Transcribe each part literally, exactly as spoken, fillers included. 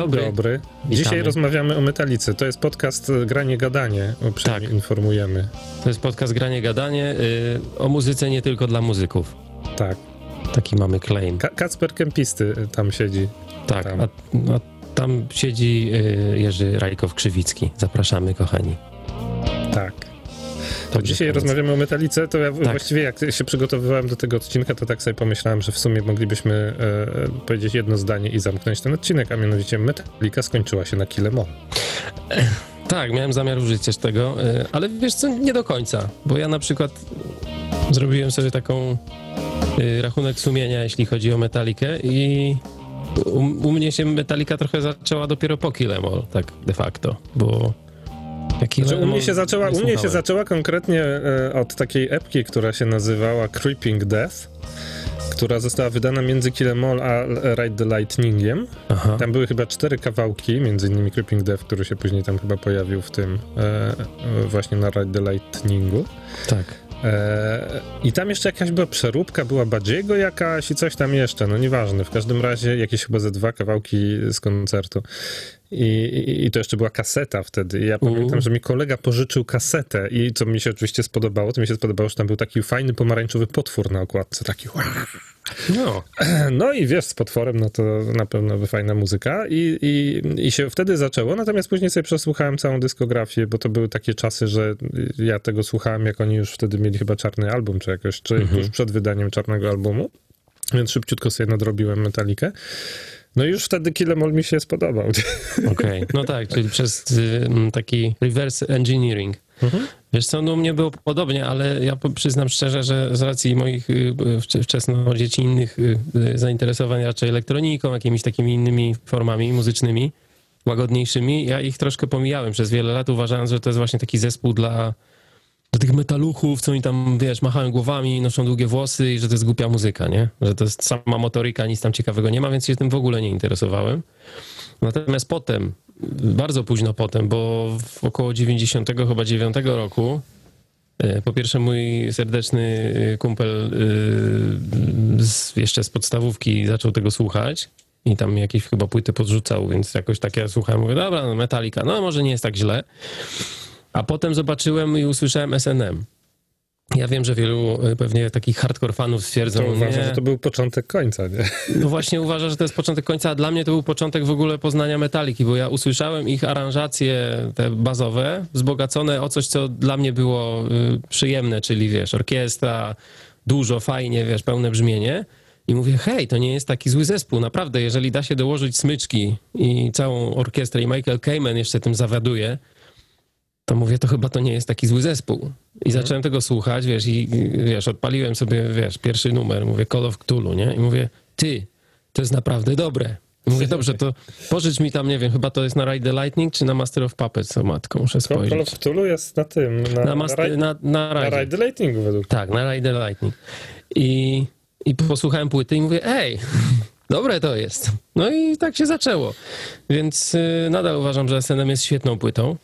dobry. dobry. Witamy. Dzisiaj rozmawiamy o Metalice. To jest podcast Granie Gadanie, uprzejmie Tak. informujemy. To jest podcast Granie Gadanie yy, o muzyce nie tylko dla muzyków. Tak. Taki mamy claim. Ka- Kacper Kępisty tam siedzi. Tak, tam. A, a tam siedzi yy, Jerzy Rajkow-Krzywicki. Zapraszamy, kochani. Tak. To Dobrze, dzisiaj koniec. rozmawiamy o Metalice, to ja Tak. właściwie jak się przygotowywałem do tego odcinka, to tak sobie pomyślałem, że w sumie moglibyśmy e, powiedzieć jedno zdanie i zamknąć ten odcinek, a mianowicie Metallica skończyła się na Kill 'Em All. Tak, miałem zamiar użyć też tego, yy, ale wiesz co, nie do końca, bo ja na przykład zrobiłem sobie taką yy, rachunek sumienia, jeśli chodzi o Metallicę i u, u mnie się Metallica trochę zaczęła dopiero po Kill 'Em All, tak de facto, bo Kill Znaczy, u 'Em mnie All się zaczęła, nie u mnie się słuchałem. zaczęła konkretnie e, od takiej epki, która się nazywała Creeping Death, która została wydana między Kill 'Em All a Ride the Lightningiem. Aha. Tam były chyba cztery kawałki, między innymi Creeping Death, który się później tam chyba pojawił w tym e, e, właśnie na Ride the Lightningu. Tak. E, I tam jeszcze jakaś była przeróbka, była Badziego jakaś i coś tam jeszcze, no nieważne. W każdym razie jakieś chyba ze dwa kawałki z koncertu. I, i, i to jeszcze była kaseta wtedy. I ja pamiętam, że mi kolega pożyczył kasetę i co mi się oczywiście spodobało, to mi się spodobało, że tam był taki fajny pomarańczowy potwór na okładce, taki No. no i wiesz, z potworem, no to na pewno by fajna muzyka i, i, i się wtedy zaczęło, natomiast później sobie przesłuchałem całą dyskografię, bo to były takie czasy, że ja tego słuchałem, jak oni już wtedy mieli chyba czarny album, czy jakoś, czy Mhm. tuż przed wydaniem czarnego albumu, więc szybciutko sobie nadrobiłem Metallicę. No i już wtedy Kill 'Em All mi się spodobał. Okej, okay. No tak, czyli przez y, taki reverse engineering. Mhm. Wiesz co, no u mnie było podobnie, ale ja po- przyznam szczerze, że z racji moich y, wcze- wczesnodziecinnych y, y, zainteresowań raczej elektroniką, jakimiś takimi innymi formami muzycznymi, łagodniejszymi, ja ich troszkę pomijałem przez wiele lat, uważając, że to jest właśnie taki zespół dla, dla tych metaluchów, co oni tam, wiesz, machają głowami, noszą długie włosy i że to jest głupia muzyka, nie? Że to jest sama motoryka, nic tam ciekawego nie ma, więc się tym w ogóle nie interesowałem. Natomiast potem, bardzo późno potem, bo w około dziewięćdziesiątego chyba dziewiątego roku, e, po pierwsze mój serdeczny e, kumpel e, z, jeszcze z podstawówki zaczął tego słuchać i tam jakieś chyba płyty podrzucał, więc jakoś tak ja słuchałem, mówię, dobra, no Metallica, no może nie jest tak źle. A potem zobaczyłem i usłyszałem S N M. Ja wiem, że wielu e, pewnie takich hardcore fanów stwierdzą, To uważam, nie, że to był początek końca, nie? no właśnie uważam, że to jest początek końca, a dla mnie to był początek w ogóle poznania Metalliki, bo ja usłyszałem ich aranżacje te bazowe, wzbogacone o coś, co dla mnie było y, przyjemne, czyli wiesz, orkiestra, dużo, fajnie, wiesz, pełne brzmienie. I mówię, hej, to nie jest taki zły zespół, naprawdę, jeżeli da się dołożyć smyczki i całą orkiestrę i Michael Kamen jeszcze tym zawiaduje, to mówię, to chyba to nie jest taki zły zespół. I Mhm. zacząłem tego słuchać, wiesz, i i, wiesz, odpaliłem sobie, wiesz, pierwszy numer, mówię Call of Cthulhu, nie? I mówię, ty, to jest naprawdę dobre. I mówię, dobrze, to pożycz mi tam, nie wiem, chyba to jest na Ride the Lightning, czy na Master of Puppets, o matko, muszę Call of spojrzeć. Cthulhu jest na tym, na, Na, master, na, na, na, na Ride. Ride the Lightningu według. Tak, na Ride the Lightning. I, I posłuchałem płyty i mówię, ej, dobre to jest. No i tak się zaczęło. Więc y, nadal uważam, że S N M jest świetną płytą.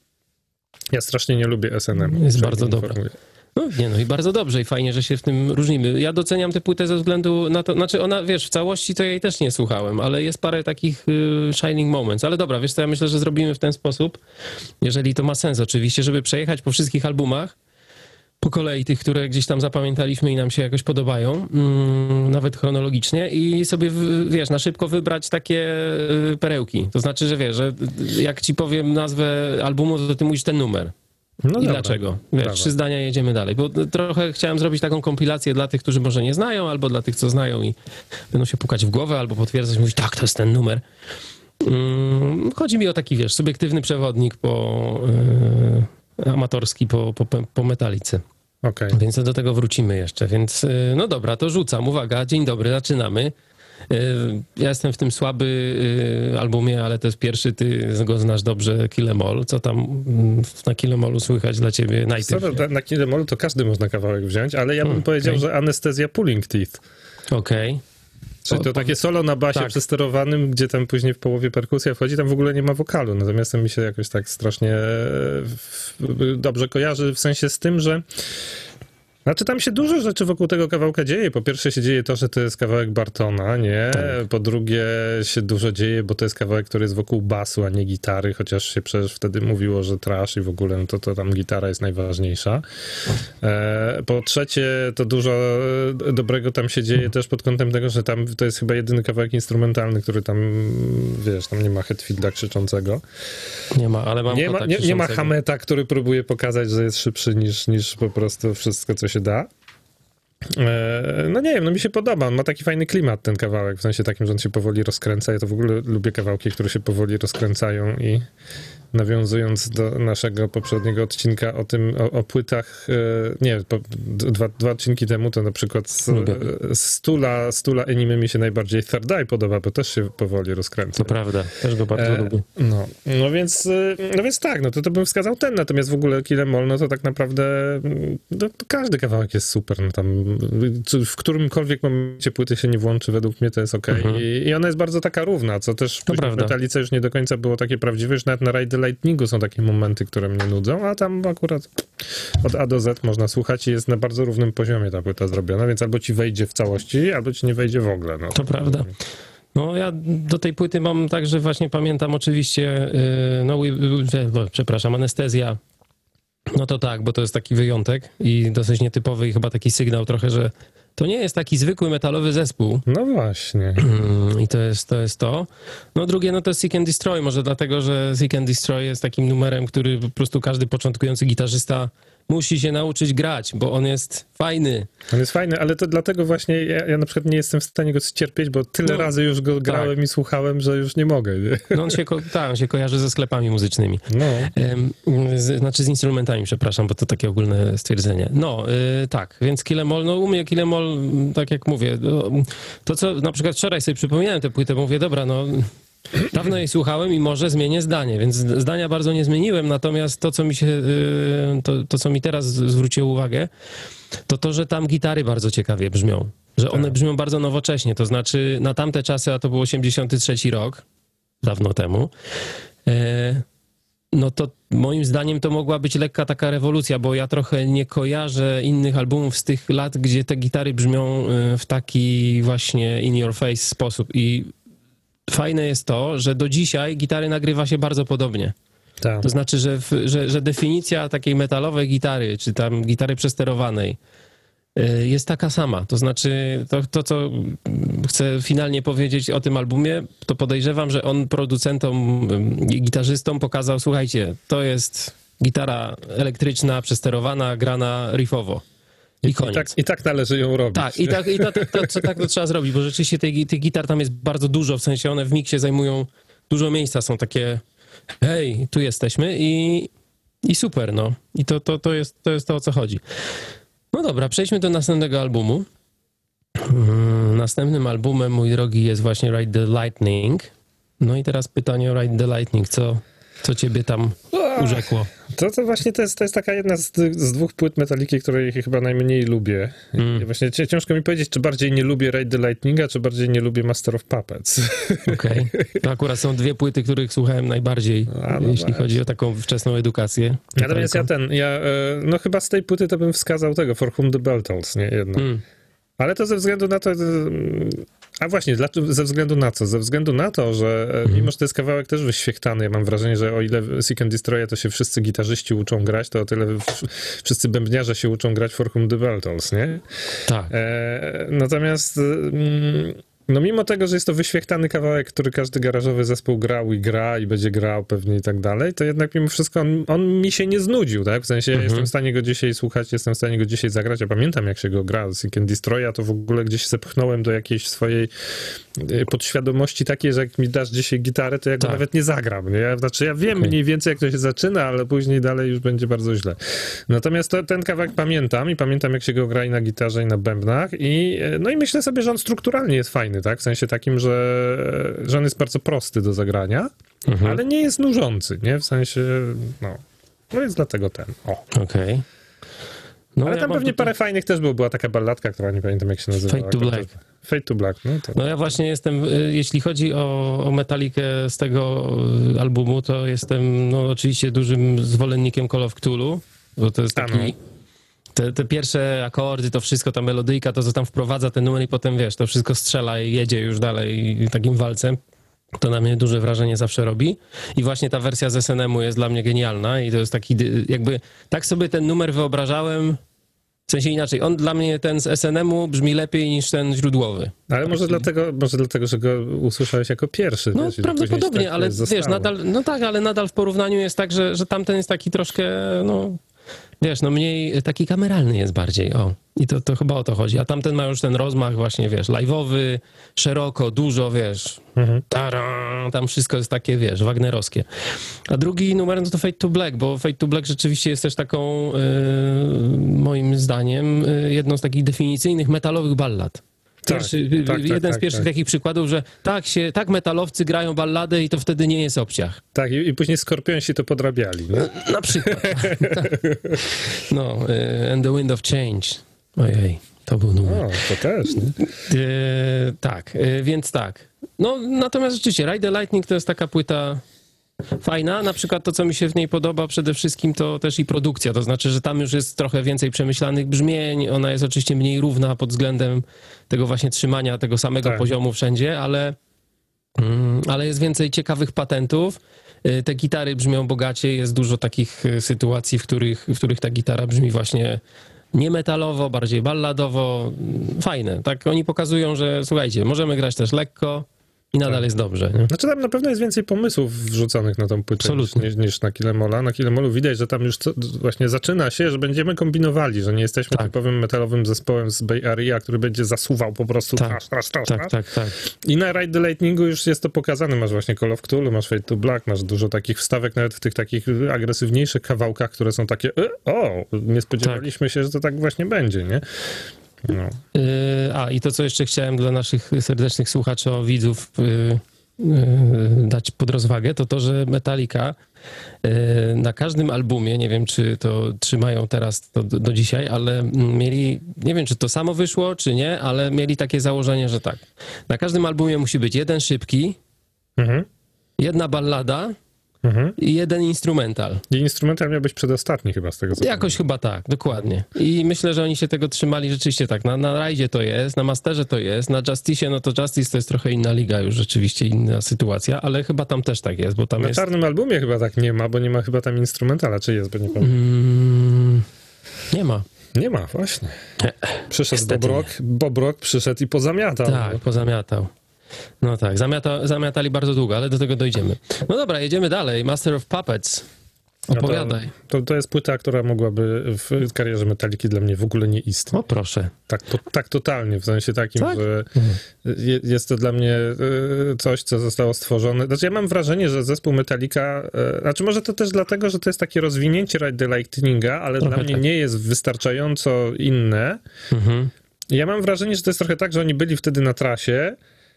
Ja strasznie nie lubię S N M. Jest bardzo dobra. No nie, no i bardzo dobrze i fajnie, że się w tym różnimy. Ja doceniam tę płytę ze względu na to, znaczy ona, wiesz, w całości to ja jej też nie słuchałem, ale jest parę takich y, shining moments. Ale dobra, wiesz co, ja myślę, że zrobimy w ten sposób, jeżeli to ma sens oczywiście, żeby przejechać po wszystkich albumach, po kolei tych, które gdzieś tam zapamiętaliśmy i nam się jakoś podobają, mm, nawet chronologicznie i sobie, w- wiesz, na szybko wybrać takie y, perełki. To znaczy, że wiesz, że y, jak ci powiem nazwę albumu, to ty mówisz ten numer. No I dobra. dlaczego? Wiesz, Brawo. trzy zdania, jedziemy dalej. Bo trochę chciałem zrobić taką kompilację dla tych, którzy może nie znają, albo dla tych, co znają i będą się pukać w głowę, albo potwierdzać, mówić, tak, to jest ten numer. Mm, chodzi mi o taki, wiesz, subiektywny przewodnik po yy, amatorski po, po, po Metalice. Okej. Więc do tego wrócimy jeszcze. Więc yy, no dobra, to rzucam. Uwaga, dzień dobry, zaczynamy. Yy, Ja jestem w tym słaby yy, albumie, ale to jest pierwszy, ty go znasz dobrze, Kill 'Em All. Co tam mm, na Kill 'Em Allu słychać dla ciebie Co, najpierw? na, na Kill 'Em All to każdy można kawałek wziąć, ale ja bym Hmm, powiedział, okej. że Anestezja Pulling Teeth. Okej. Czyli to O, takie solo na basie tak. przesterowanym, gdzie tam później w połowie perkusja wchodzi, tam w ogóle nie ma wokalu. Natomiast to mi się jakoś tak strasznie e, w- dobrze kojarzy, w sensie z tym, że Znaczy tam się dużo rzeczy wokół tego kawałka dzieje. Po pierwsze się dzieje to, że to jest kawałek Bartona, nie? Tak. Po drugie się dużo dzieje, bo to jest kawałek, który jest wokół basu, a nie gitary, chociaż się przecież wtedy mówiło, że trash i w ogóle no to, to tam gitara jest najważniejsza. E, po trzecie to dużo dobrego tam się dzieje też pod kątem tego, że tam to jest chyba jedyny kawałek instrumentalny, który tam, wiesz, tam nie ma Hetfielda krzyczącego. Nie ma, ale mam Nie ma, kota nie, nie ma krzyczącego. Hameta, który próbuje pokazać, że jest szybszy niż, niż po prostu wszystko, co się da. E, no nie wiem, no mi się podoba. On ma taki fajny klimat, ten kawałek, w sensie takim, że on się powoli rozkręca. Ja to w ogóle lubię kawałki, które się powoli rozkręcają i nawiązując do naszego poprzedniego odcinka o tym, o, o płytach, e, nie, po, dwa, dwa odcinki temu to na przykład z, Lubię. z Stula, Stula Enimy mi się najbardziej Third Eye podoba, bo też się powoli rozkręca. To prawda, też go bardzo E, lubię. No, no więc, y, no więc tak, no to, to bym wskazał ten, natomiast w ogóle Kill Em All, no to tak naprawdę mm, no, to każdy kawałek jest super, no tam y, czy w którymkolwiek momencie płyty się nie włączy, według mnie to jest okej. Mhm. I, I ona jest bardzo taka równa, co też później w prawda. Metalice już nie do końca było takie prawdziwe, że nawet na Ride the Lightningu są takie momenty, które mnie nudzą, a tam akurat od A do Z można słuchać i jest na bardzo równym poziomie ta płyta zrobiona, więc albo ci wejdzie w całości, albo ci nie wejdzie w ogóle. No. To prawda. No ja do tej płyty mam tak, że właśnie pamiętam oczywiście, yy, no wi- wi- wi- przepraszam, Anestezja. No to tak, bo to jest taki wyjątek i dosyć nietypowy i chyba taki sygnał trochę, że to nie jest taki zwykły metalowy zespół. No właśnie. Mm, I to jest, to jest to. No drugie, no to jest Seek and Destroy, może dlatego, że Seek and Destroy jest takim numerem, który po prostu każdy początkujący gitarzysta musi się nauczyć grać, bo on jest fajny. On jest fajny, ale to dlatego właśnie ja, ja na przykład nie jestem w stanie go cierpieć, bo tyle No, razy już go grałem tak. i słuchałem, że już nie mogę. Nie? No on się, ko- tak, on się kojarzy ze sklepami muzycznymi. No. Em, Z, znaczy z instrumentami, przepraszam, bo to takie ogólne stwierdzenie. No, y, tak, więc Kill Em All, no u mnie Kill Em All, m, tak jak mówię, no, to co na przykład wczoraj sobie przypominałem tę płytę, mówię, dobra, no dawno jej słuchałem i może zmienię zdanie, więc zdania bardzo nie zmieniłem, natomiast to, co mi się, y, to, to co mi teraz zwróciło uwagę, to to, że tam gitary bardzo ciekawie brzmią, że one Tak. brzmią bardzo nowocześnie, to znaczy na tamte czasy, a to był osiemdziesiąty trzeci rok, dawno temu, e, no to moim zdaniem to mogła być lekka taka rewolucja, bo ja trochę nie kojarzę innych albumów z tych lat, gdzie te gitary brzmią e, w taki właśnie in your face sposób i fajne jest to, że do dzisiaj gitary nagrywa się bardzo podobnie. Tak. To znaczy, że, w, że, że definicja takiej metalowej gitary, czy tam gitary przesterowanej y, jest taka sama. To znaczy, to, to co chcę finalnie powiedzieć o tym albumie, to podejrzewam, że on producentom i gitarzystom pokazał, słuchajcie, to jest gitara elektryczna, przesterowana, grana riffowo. I I koniec. tak, I tak należy ją robić. Tak, i tak, i tak, tak, tak, tak to trzeba zrobić, bo rzeczywiście tej, tych gitar tam jest bardzo dużo, w sensie one w miksie zajmują dużo miejsca, są takie hej, tu jesteśmy i, i super, no. I to, to, to, jest, to jest to, o co chodzi. No dobra, przejdźmy do następnego albumu. Mm, Następnym albumem, mój drogi, jest właśnie Ride the Lightning. No i teraz pytanie o Ride the Lightning, co, co ciebie tam urzekło? To, to właśnie to jest, to jest taka jedna z, z dwóch płyt Metaliki, której chyba najmniej lubię. Mm. I właśnie ci- ciężko mi powiedzieć, czy bardziej nie lubię Ride the Lightninga, czy bardziej nie lubię Master of Puppets. Okej. To akurat są dwie płyty, których słuchałem najbardziej, A, no jeśli właśnie. chodzi o taką wczesną edukację. Natomiast ja ten, ja, e, no chyba z tej płyty to bym wskazał tego, For Whom the Bell Tolls, nie jedno. Mm. Ale to ze względu na to, mm, a właśnie, dlaczego, ze względu na co? Ze względu na to, że e, mimo, że to jest kawałek też wyświechtany, ja mam wrażenie, że o ile w Seek and Destroy to się wszyscy gitarzyści uczą grać, to o tyle w, wszyscy bębniarze się uczą grać For Whom the Bell Tolls, nie? Tak. E, natomiast mm, no mimo tego, że jest to wyświechtany kawałek, który każdy garażowy zespół grał i gra i będzie grał pewnie i tak dalej, to jednak mimo wszystko on, on mi się nie znudził, tak? W sensie Mhm. jestem w stanie go dzisiaj słuchać, jestem w stanie go dzisiaj zagrać. Ja pamiętam, jak się go gra, Seek and Destroy, ja to w ogóle gdzieś zepchnąłem do jakiejś swojej e, podświadomości takiej, że jak mi dasz dzisiaj gitarę, to ja go Tak. nawet nie zagram, nie? Znaczy ja wiem Okej. mniej więcej, jak to się zaczyna, ale później dalej już będzie bardzo źle. Natomiast to, ten kawałek pamiętam i pamiętam, jak się go gra i na gitarze, i na bębnach i e, no i myślę sobie, że on strukturalnie jest fajny, tak? W sensie takim, że, że on jest bardzo prosty do zagrania, Mhm. ale nie jest nużący, nie? W sensie, no, no jest dlatego ten, o. Okej. No, Ale ja tam mam pewnie tutaj- parę fajnych też było, była taka balladka, która nie pamiętam, jak się nazywała. Fade to To- Black. Fade to Black, no to... No ja właśnie jestem, y, jeśli chodzi o, o Metalikę z tego y, albumu, to jestem no oczywiście dużym zwolennikiem Call of Cthulhu, bo to jest A, taki no. te, te pierwsze akordy, to wszystko, ta melodyjka, to co tam wprowadza ten numer i potem, wiesz, to wszystko strzela i jedzie już dalej takim walcem. To na mnie duże wrażenie zawsze robi. I właśnie ta wersja z S N M-u jest dla mnie genialna i to jest taki, jakby, tak sobie ten numer wyobrażałem, w sensie inaczej, on dla mnie, ten z S N M-u brzmi lepiej niż ten źródłowy. Ale może dlatego, może dlatego, że go usłyszałeś jako pierwszy. No wiesz, i prawdopodobnie, później tak ale zostało. wiesz, nadal, no tak, ale nadal w porównaniu jest tak, że, że tamten jest taki troszkę, no wiesz, no mniej, taki kameralny jest bardziej, o. I to, to chyba o to chodzi. A tamten ma już ten rozmach właśnie, wiesz, live'owy, szeroko, dużo, wiesz, Mhm. tara, tam wszystko jest takie, wiesz, wagnerowskie. A drugi numer no to Fade to Black, bo Fade to Black rzeczywiście jest też taką, yy, moim zdaniem, yy, jedną z takich definicyjnych metalowych ballad. Pierwszy, tak, tak, jeden tak, z pierwszych tak. takich przykładów, że tak się, tak metalowcy grają balladę i to wtedy nie jest obciach. Tak, i, i później Skorpionsi to podrabiali. No? Na przykład. Tak. No, y, And the Wind of Change. Ojej, to był numer. O, to też. Nie? Y, tak, y, więc tak. No, natomiast rzeczywiście, Ride the Lightning to jest taka płyta fajna. Na przykład to, co mi się w niej podoba przede wszystkim, to też i produkcja. To znaczy, że tam już jest trochę więcej przemyślanych brzmień. Ona jest oczywiście mniej równa pod względem tego właśnie trzymania tego samego Tak. poziomu wszędzie, ale, mm, ale jest więcej ciekawych patentów. Y, Te gitary brzmią bogaciej. Jest dużo takich y, sytuacji, w których, w których ta gitara brzmi właśnie nie metalowo, bardziej balladowo. Mm, Fajne. Tak, oni pokazują, że słuchajcie, możemy grać też lekko i nadal Tak. jest dobrze. Nie? Znaczy tam na pewno jest więcej pomysłów wrzuconych na tą płytę niż, Absolutnie. niż, niż na Kilemola. Na Kilemolu widać, że tam już co, właśnie zaczyna się, że będziemy kombinowali, że nie jesteśmy Tak. typowym metalowym zespołem z Bay Area, który będzie zasuwał po prostu Tak. trasz, trasz, trasz, Tak, trasz. tak, tak. I na Ride the Lightningu już jest to pokazane. Masz właśnie Call of Cthulhu, masz Fade to Black, masz dużo takich wstawek nawet w tych takich agresywniejszych kawałkach, które są takie e, o, nie spodziewaliśmy się, że to tak właśnie będzie, nie? No. Yy, a i to, co jeszcze chciałem dla naszych serdecznych słuchaczy, o widzów yy, yy, dać pod rozwagę, to to, że Metallica yy, na każdym albumie, nie wiem, czy to trzymają teraz to do, do dzisiaj, ale mm, mieli, nie wiem, czy to samo wyszło, czy nie, ale mieli takie założenie, że tak. Na każdym albumie musi być jeden szybki, Mhm. jedna ballada Mhm. i jeden instrumental. I instrumental miał być przedostatni chyba z tego, co Jakoś chyba tak, dokładnie. I myślę, że oni się tego trzymali rzeczywiście tak. Na, na Rajdzie to jest, na Masterze to jest, na Justice, no to Justice to jest trochę inna liga już, rzeczywiście inna sytuacja, ale chyba tam też tak jest, bo tam Na jest... czarnym albumie chyba tak nie ma, bo nie ma chyba tam instrumentala, czy jest, bo nie pamiętam. Mm, nie ma. Nie ma, właśnie. Nie. Przyszedł Niestety Bob Rock, Bob Rock przyszedł i pozamiatał. Tak, pozamiatał. No tak, zamiata, zamiatali bardzo długo, ale do tego dojdziemy. No dobra, jedziemy dalej. Master of Puppets. Opowiadaj. To, to jest płyta, która mogłaby w karierze Metalliki dla mnie w ogóle nie istnieć. O proszę. Tak, to, tak totalnie, w sensie takim, Tak? że je, jest to dla mnie y, coś, co zostało stworzone. Znaczy ja mam wrażenie, że zespół Metallica, y, znaczy może to też dlatego, że to jest takie rozwinięcie Ride the Lightninga, ale Trochę dla mnie tak. nie jest wystarczająco inne. Mhm. Ja mam wrażenie, że to jest trochę tak, że oni byli wtedy na trasie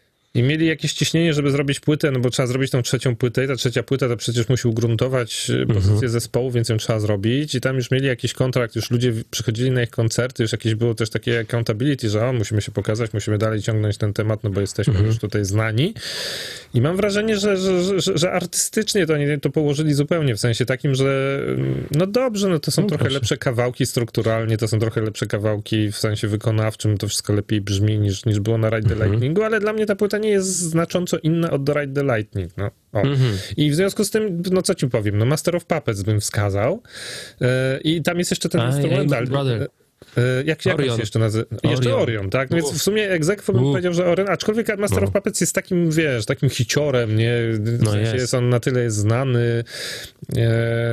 i mieli jakieś ciśnienie, żeby zrobić płytę, no bo trzeba zrobić tą trzecią płytę i ta trzecia płyta to przecież musi ugruntować pozycję zespołu, więc ją trzeba zrobić i tam już mieli jakiś kontrakt, już ludzie przychodzili na ich koncerty, już jakieś było też takie accountability, że o, musimy się pokazać, musimy dalej ciągnąć ten temat, no bo jesteśmy już tutaj znani i mam wrażenie, że, że, że, że artystycznie to oni to położyli zupełnie, w sensie takim, że no dobrze, no to są No trochę proszę. lepsze kawałki strukturalnie, to są trochę lepsze kawałki w sensie wykonawczym, to wszystko lepiej brzmi niż, niż było na Ride the Lightningu, ale dla mnie ta płyta nie jest znacząco inna od The Ride the Lightning. No, o. Mhm. I w związku z tym, no co ci powiem, no Master of Puppets bym wskazał. Yy, I tam jest jeszcze ten A, instrumental. Hey, Brother. Yy, jak jak on Orion. się jeszcze nazywa? Jeszcze Orion. Orion, tak? No więc Uf. w sumie egzekwo bym Uf. powiedział, że Orion, aczkolwiek Master No. of Puppets jest takim, wiesz, takim hiciorem, nie? W No sensie jest. jest on na tyle jest znany, yy,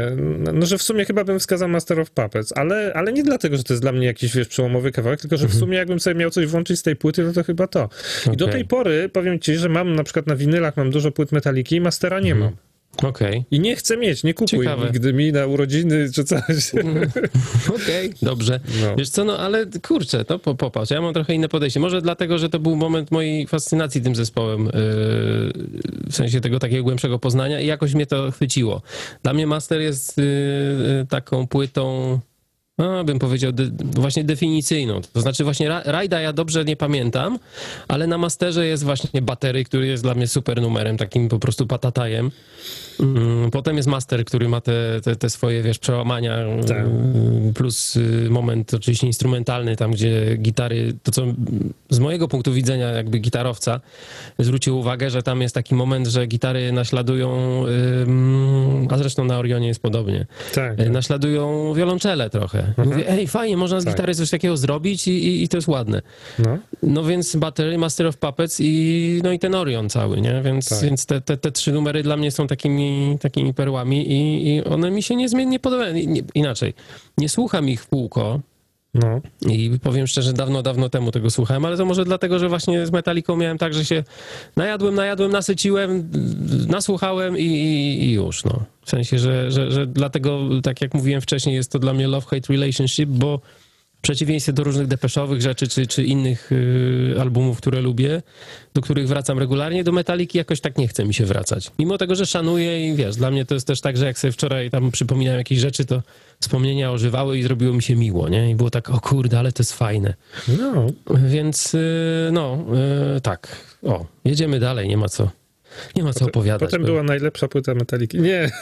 no że w sumie chyba bym wskazał Master of Puppets, ale, ale nie dlatego, że to jest dla mnie jakiś, wiesz, przełomowy kawałek, tylko że w sumie jakbym sobie miał coś włączyć z tej płyty, no to chyba to. I do Okej. tej pory powiem ci, że mam na przykład na winylach mam dużo płyt Metalliki i Mastera nie mam. Okej. I nie chcę mieć, nie kupuj Ciekawe. nigdy mi na urodziny czy coś. Okej, dobrze. No. Wiesz co, no ale kurczę, to po, popatrz, ja mam trochę inne podejście. Może dlatego, że to był moment mojej fascynacji tym zespołem, yy, w sensie tego takiego głębszego poznania i jakoś mnie to chwyciło. Dla mnie Master jest yy, taką płytą a, bym powiedział, de, właśnie definicyjną. To znaczy właśnie ra, rajda ja dobrze nie pamiętam, ale na masterze jest właśnie batery, który jest dla mnie super numerem, takim po prostu patatajem. Potem jest master, który ma te, te, te swoje, wiesz, przełamania, Tak. plus moment oczywiście instrumentalny, tam gdzie gitary, to co z mojego punktu widzenia jakby gitarowca zwrócił uwagę, że tam jest taki moment, że gitary naśladują, a zresztą na Orionie jest podobnie, Tak. naśladują wiolonczele trochę. I mówię, ej, fajnie, można z Tak. gitary coś takiego zrobić i, i, i to jest ładne. No. No więc Battery, Master of Puppets i, no i ten Orion cały, nie? Więc, Tak. więc te, te, te trzy numery dla mnie są takimi, takimi perłami i, i one mi się niezmiennie podobają. Nie, inaczej, nie słucham ich w kółko No. i powiem szczerze, dawno, dawno temu tego słuchałem, ale to może dlatego, że właśnie z Metallicą miałem tak, że się najadłem, najadłem, nasyciłem, nasłuchałem i, i, i już, no. W sensie, że, że, że dlatego, tak jak mówiłem wcześniej, jest to dla mnie love-hate relationship, bo w przeciwieństwie do różnych depeszowych rzeczy, czy, czy innych y, albumów, które lubię, do których wracam regularnie, do Metalliki jakoś tak nie chce mi się wracać. Mimo tego, że szanuję i wiesz, dla mnie to jest też tak, że jak sobie wczoraj tam przypominałem jakieś rzeczy, to wspomnienia ożywały i zrobiło mi się miło, nie? I było tak, o kurde, ale to jest fajne. No. Więc y, no, y, tak. O, jedziemy dalej, nie ma co. Nie ma co opowiadać. Potem była najlepsza płyta Metalliki. Nie,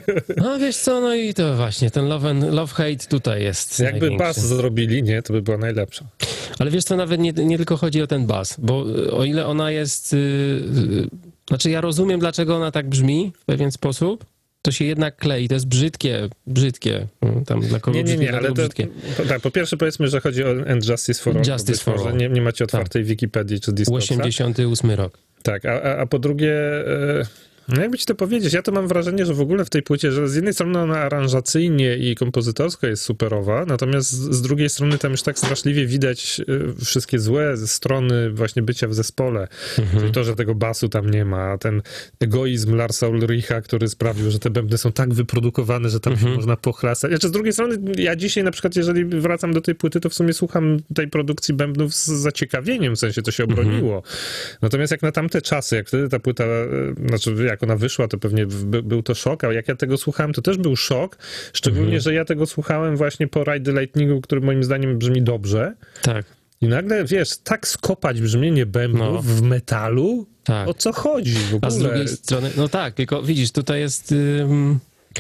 No wiesz co, no i to właśnie, ten love, and, love hate tutaj jest jakby największy. bas zrobili, nie, to by była najlepsza. Ale wiesz co, nawet nie, nie tylko chodzi o ten bas, bo y, o ile ona jest... Yy, yy, znaczy ja rozumiem, dlaczego ona tak brzmi w pewien sposób, to się jednak klei, to jest brzydkie, brzydkie, mm, tam dla kogo Nie, nie, brzydkie, nie, dla ale kogo to, brzydkie. po, tak, po pierwsze powiedzmy, że chodzi o And Justice for All. Justice być for może All. Nie, nie macie otwartej Wikipedii czy Discogsa. osiemdziesiąty ósmy rok. Tak, a, a, a po drugie, e, no jakby ci to powiedzieć, ja to mam wrażenie, że w ogóle w tej płycie, że z jednej strony ona aranżacyjnie i kompozytorsko jest superowa, natomiast z, z drugiej strony tam już tak straszliwie widać e, wszystkie złe strony właśnie bycia w zespole. Mhm. Czyli to, że tego basu tam nie ma, ten egoizm Larsa Ulricha, który sprawił, że te bębny są tak wyprodukowane, że tam Mhm. się można pochlastać. Znaczy z drugiej strony, ja dzisiaj na przykład, jeżeli wracam do tej płyty, to w sumie słucham tej produkcji bębnów z zaciekawieniem, w sensie to się obroniło. Natomiast jak na tamte czasy, jak wtedy ta płyta, e, znaczy jak ona wyszła, to pewnie by, był to szok, a jak ja tego słuchałem, to też był szok, szczególnie, Mhm. że ja tego słuchałem właśnie po Ride the Lightningu, który moim zdaniem brzmi dobrze. Tak, I nagle, wiesz, tak skopać brzmienie bębnów No. w metalu? tak. O co chodzi w ogóle? A z drugiej strony, no tak, tylko widzisz, tutaj jest, ym,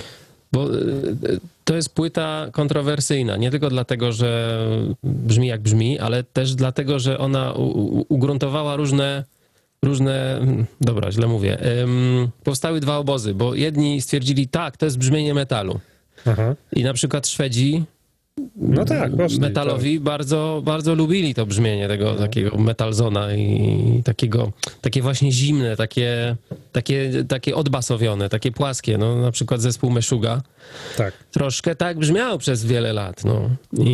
bo y, to jest płyta kontrowersyjna, nie tylko dlatego, że brzmi jak brzmi, ale też dlatego, że ona u, u, ugruntowała różne, różne, mm, dobra, źle mówię, ym, powstały dwa obozy, bo jedni stwierdzili, tak, to jest brzmienie metalu. Aha. I na przykład Szwedzi No tak, poszli, metalowi bardzo, bardzo lubili to brzmienie tego takiego metalzona i takiego, takie właśnie zimne, takie, takie, takie odbasowione, takie płaskie, no na przykład zespół Meshuggah Tak. troszkę tak brzmiał przez wiele lat, no. I,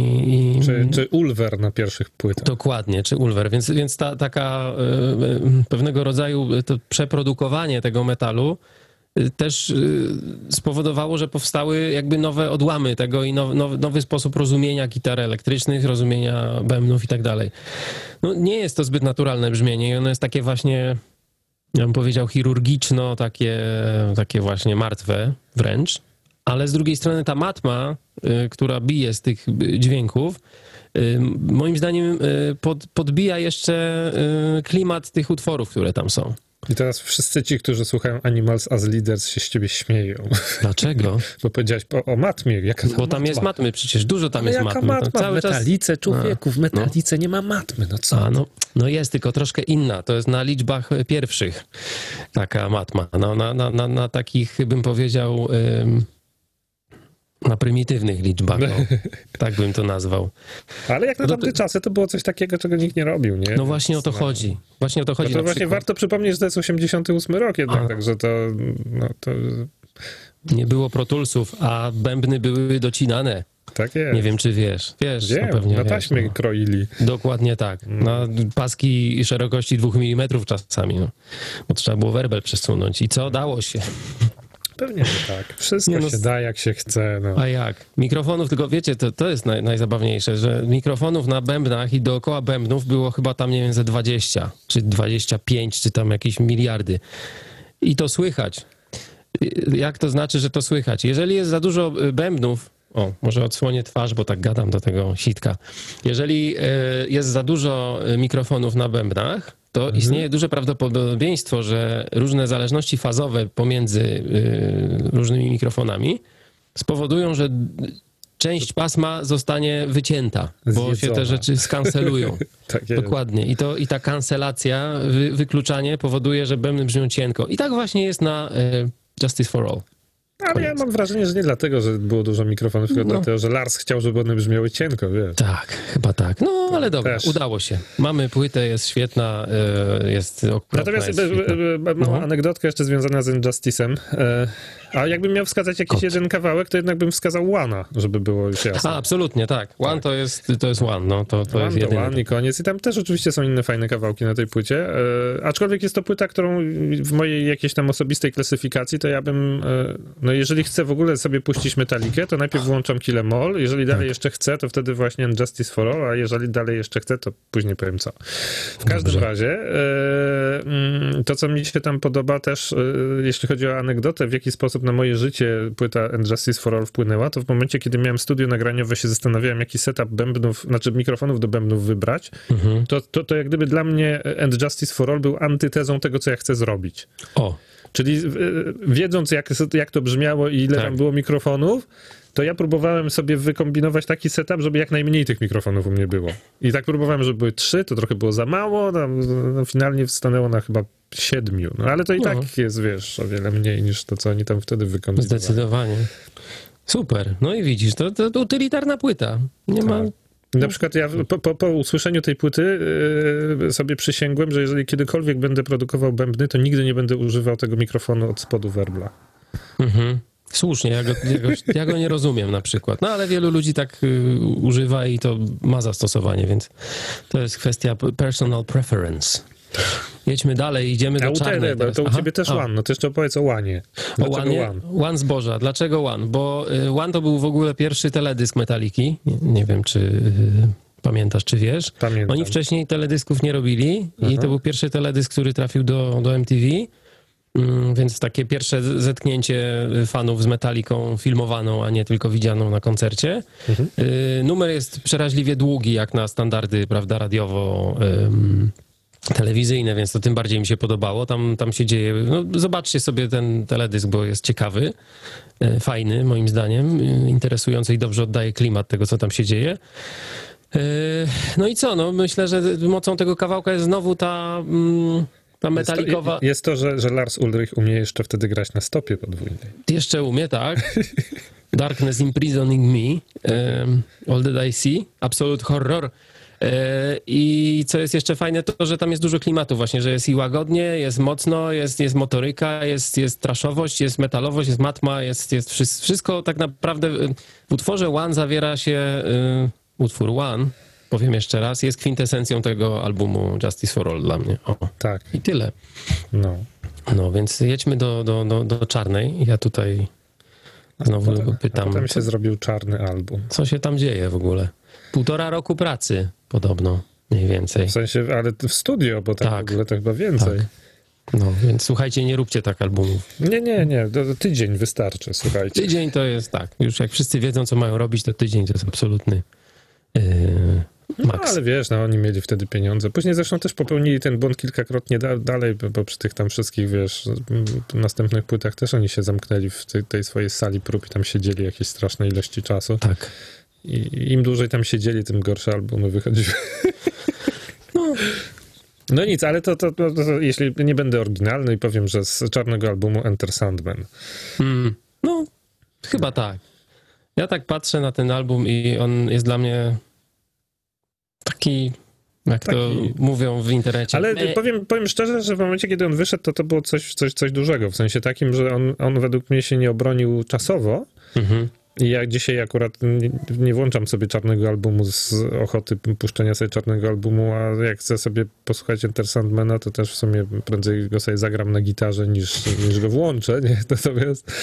i Czy, czy Ulver na pierwszych płytach. dokładnie, czy Ulver, więc, więc ta taka y, y, pewnego rodzaju to przeprodukowanie tego metalu też spowodowało, że powstały jakby nowe odłamy tego i now, now, nowy sposób rozumienia gitar elektrycznych, rozumienia bębnów i tak dalej. No nie jest to zbyt naturalne brzmienie i ono jest takie właśnie, ja bym powiedział, chirurgiczno, takie, takie właśnie martwe wręcz, ale z drugiej strony ta matma, y, która bije z tych dźwięków, y, moim zdaniem y, pod, podbija jeszcze y, klimat tych utworów, które tam są. I teraz wszyscy ci, którzy słuchają Animals as Leaders, się z ciebie śmieją. Dlaczego? Bo powiedziałeś o, o matmie. Jaka Bo tam jest matmy, przecież dużo tam Ale jest jaka matmy. matma? Tam cały w metalice, czas... człowieku, w metalice nie ma matmy. No co? A, no, no jest, tylko troszkę inna. To jest na liczbach pierwszych taka matma. No, na, na, na, na takich, bym powiedział, ym, na prymitywnych liczbach. No. Tak bym to nazwał. Ale jak na No to- tamte czasy, to było coś takiego, czego nikt nie robił, nie? No właśnie o to chodzi. Właśnie o to No chodzi. to na właśnie przykład. warto przypomnieć, że to jest osiemdziesiąty ósmy rok jednak, A. także to, no to Nie było protulsów, a bębny były docinane. tak jest. Nie wiem, czy wiesz. Wiesz, Wiem, no pewnie na wiesz, taśmie no. kroili. Dokładnie tak. Na paski szerokości dwóch milimetrów czasami, no. Bo trzeba było werbel przesunąć. I co? Dało się. Pewnie, że tak. Wszystko Nie no, się s- da, jak się chce. No. A jak? Mikrofonów, tylko wiecie, to, to jest naj, najzabawniejsze, że mikrofonów na bębnach i dookoła bębnów było chyba tam, nie wiem, ze dwadzieścia, czy dwadzieścia pięć, czy tam jakieś miliardy. I to słychać. Jak to znaczy, że to słychać? Jeżeli jest za dużo bębnów o, może odsłonię twarz, bo tak gadam do tego sitka. Jeżeli e, jest za dużo mikrofonów na bębnach, to Mhm. istnieje duże prawdopodobieństwo, że różne zależności fazowe pomiędzy y, różnymi mikrofonami spowodują, że część pasma zostanie wycięta, bo się Zjedzona. te rzeczy skancelują. Tak jest. Dokładnie. I, to, i ta kancelacja, wy, wykluczanie powoduje, że bębny brzmią cienko. I tak właśnie jest na y, Justice for All. Ale ja mam wrażenie, że nie dlatego, że było dużo mikrofonów, tylko No. dlatego, że Lars chciał, żeby one brzmiały cienko, wiesz. Tak, chyba tak. No, ale dobra, też. udało się. Mamy płytę, jest świetna, y, jest okropna, Natomiast jest e, świetna. e, e, mała No. anegdotka jeszcze związana z Injustice'em. E, a jakbym miał wskazać jakiś Chodź. jeden kawałek, to jednak bym wskazał One'a, żeby było już jasne. A, absolutnie, tak. One Tak. to jest, to jest One, no, to, to One jest to jedyny. One i koniec. I tam też oczywiście są inne fajne kawałki na tej płycie. E, aczkolwiek jest to płyta, którą w mojej jakiejś tam osobistej klasyfikacji, to ja bym, e, no jeżeli chcę w ogóle sobie puścić Metallicę, to najpierw włączam Kill 'Em All. Jeżeli dalej jeszcze chcę, to wtedy właśnie Justice for All, a jeżeli dalej jeszcze chcę, to później powiem co. W każdym Dobrze. razie e, mm, to, co mi się tam podoba też, e, jeśli chodzi o anegdotę, w jaki sposób na moje życie płyta And Justice for All wpłynęła, to w momencie, kiedy miałem studio nagraniowe, się zastanawiałem, jaki setup bębnów, znaczy mikrofonów do bębnów wybrać, Mhm. to, to, to jak gdyby dla mnie And Justice for All był antytezą tego, co ja chcę zrobić. O, Czyli e, wiedząc, jak, jak to brzmiało i ile Tak. tam było mikrofonów, to ja próbowałem sobie wykombinować taki setup, żeby jak najmniej tych mikrofonów u mnie było. I tak próbowałem, żeby były trzy, to trochę było za mało, tam, no, finalnie stanęło na chyba siedmiu. No ale to i No. tak jest, wiesz, o wiele mniej niż to, co oni tam wtedy wykombinowali. zdecydowanie. Super. No i widzisz, to, to, to utylitarna płyta. Nie ma... Tak. Na przykład ja po, po, po usłyszeniu tej płyty yy, sobie przysięgłem, że jeżeli kiedykolwiek będę produkował bębny, to nigdy nie będę używał tego mikrofonu od spodu werbla. Mhm. Słusznie, ja go, ja, go, ja go nie rozumiem na przykład. No ale wielu ludzi tak y, używa i to ma zastosowanie, więc to jest kwestia p- personal preference. Jedźmy dalej, idziemy A do u czarnej ciebie, teraz. to u Aha. ciebie też A. One, no to jeszcze opowiedz o Łanie. O Dlaczego One, One? One zboża. Dlaczego One? Bo y, One to był w ogóle pierwszy teledysk Metaliki. Nie, nie wiem, czy y, pamiętasz, czy wiesz. Pamiętam. Oni wcześniej teledysków nie robili i Aha. to był pierwszy teledysk, który trafił do, do M T V. Mm, Więc takie pierwsze z- zetknięcie fanów z Metaliką filmowaną, a nie tylko widzianą na koncercie. Mhm. Y, Numer jest przeraźliwie długi, jak na standardy, prawda, radiowo ym, telewizyjne, więc to tym bardziej mi się podobało. Tam, tam się dzieje. No, zobaczcie sobie ten teledysk, bo jest ciekawy, y, fajny moim zdaniem, y, interesujący i dobrze oddaje klimat tego, co tam się dzieje. Y, No i co? No, myślę, że mocą tego kawałka jest znowu ta, mm, ta metalikowa... Jest to, jest to że, że Lars Ulrich umie jeszcze wtedy grać na stopie podwójnej. Jeszcze umie, tak. Darkness Imprisoning Me, um, All That I See, Absolute Horror. E, I co jest jeszcze fajne, to że tam jest dużo klimatu właśnie, że jest i łagodnie, jest mocno, jest, jest motoryka, jest, jest traszowość, jest metalowość, jest matma, jest, jest wszystko, wszystko tak naprawdę w utworze One zawiera się, y, utwór One, powiem jeszcze raz, jest kwintesencją tego albumu Justice for All dla mnie. O, Tak, i tyle. no. No, więc jedźmy do, do, do, do czarnej. Ja tutaj znowu Potem, pytam, potem się zrobił czarny album. co się tam dzieje w ogóle. Półtora roku pracy podobno, mniej więcej. W sensie, ale w studio, bo tak, Tak. w ogóle to chyba więcej. Tak. No, więc słuchajcie, nie róbcie tak albumów. Nie, nie, nie, to, to tydzień wystarczy, słuchajcie. Tydzień to jest tak, już jak wszyscy wiedzą, co mają robić, to tydzień to jest absolutny yy, No, maks. ale wiesz, no oni mieli wtedy pieniądze. Później zresztą też popełnili ten błąd kilkakrotnie da- dalej, bo, bo przy tych tam wszystkich, wiesz, m, następnych płytach też oni się zamknęli w tej, tej swojej sali prób i tam siedzieli jakieś straszne ilości czasu. Tak. I im dłużej tam siedzieli, tym gorsze albumy wychodziły. No, No nic, ale to, to, to, to jeśli nie będę oryginalny i powiem, że z czarnego albumu Enter Sandman. mm, no, chyba tak. Ja tak patrzę na ten album i on jest dla mnie taki, jak to Taki- mówią w internecie. Ale me- powiem, powiem szczerze, że w momencie, kiedy on wyszedł, to to było coś, coś, coś dużego. W sensie takim, że on, on według mnie się nie obronił czasowo. Mhm. I ja dzisiaj akurat nie, nie włączam sobie czarnego albumu z ochoty puszczenia sobie czarnego albumu, a jak chcę sobie posłuchać Enter Sandmana, to też w sumie prędzej go sobie zagram na gitarze niż, niż go włączę, nie? Natomiast,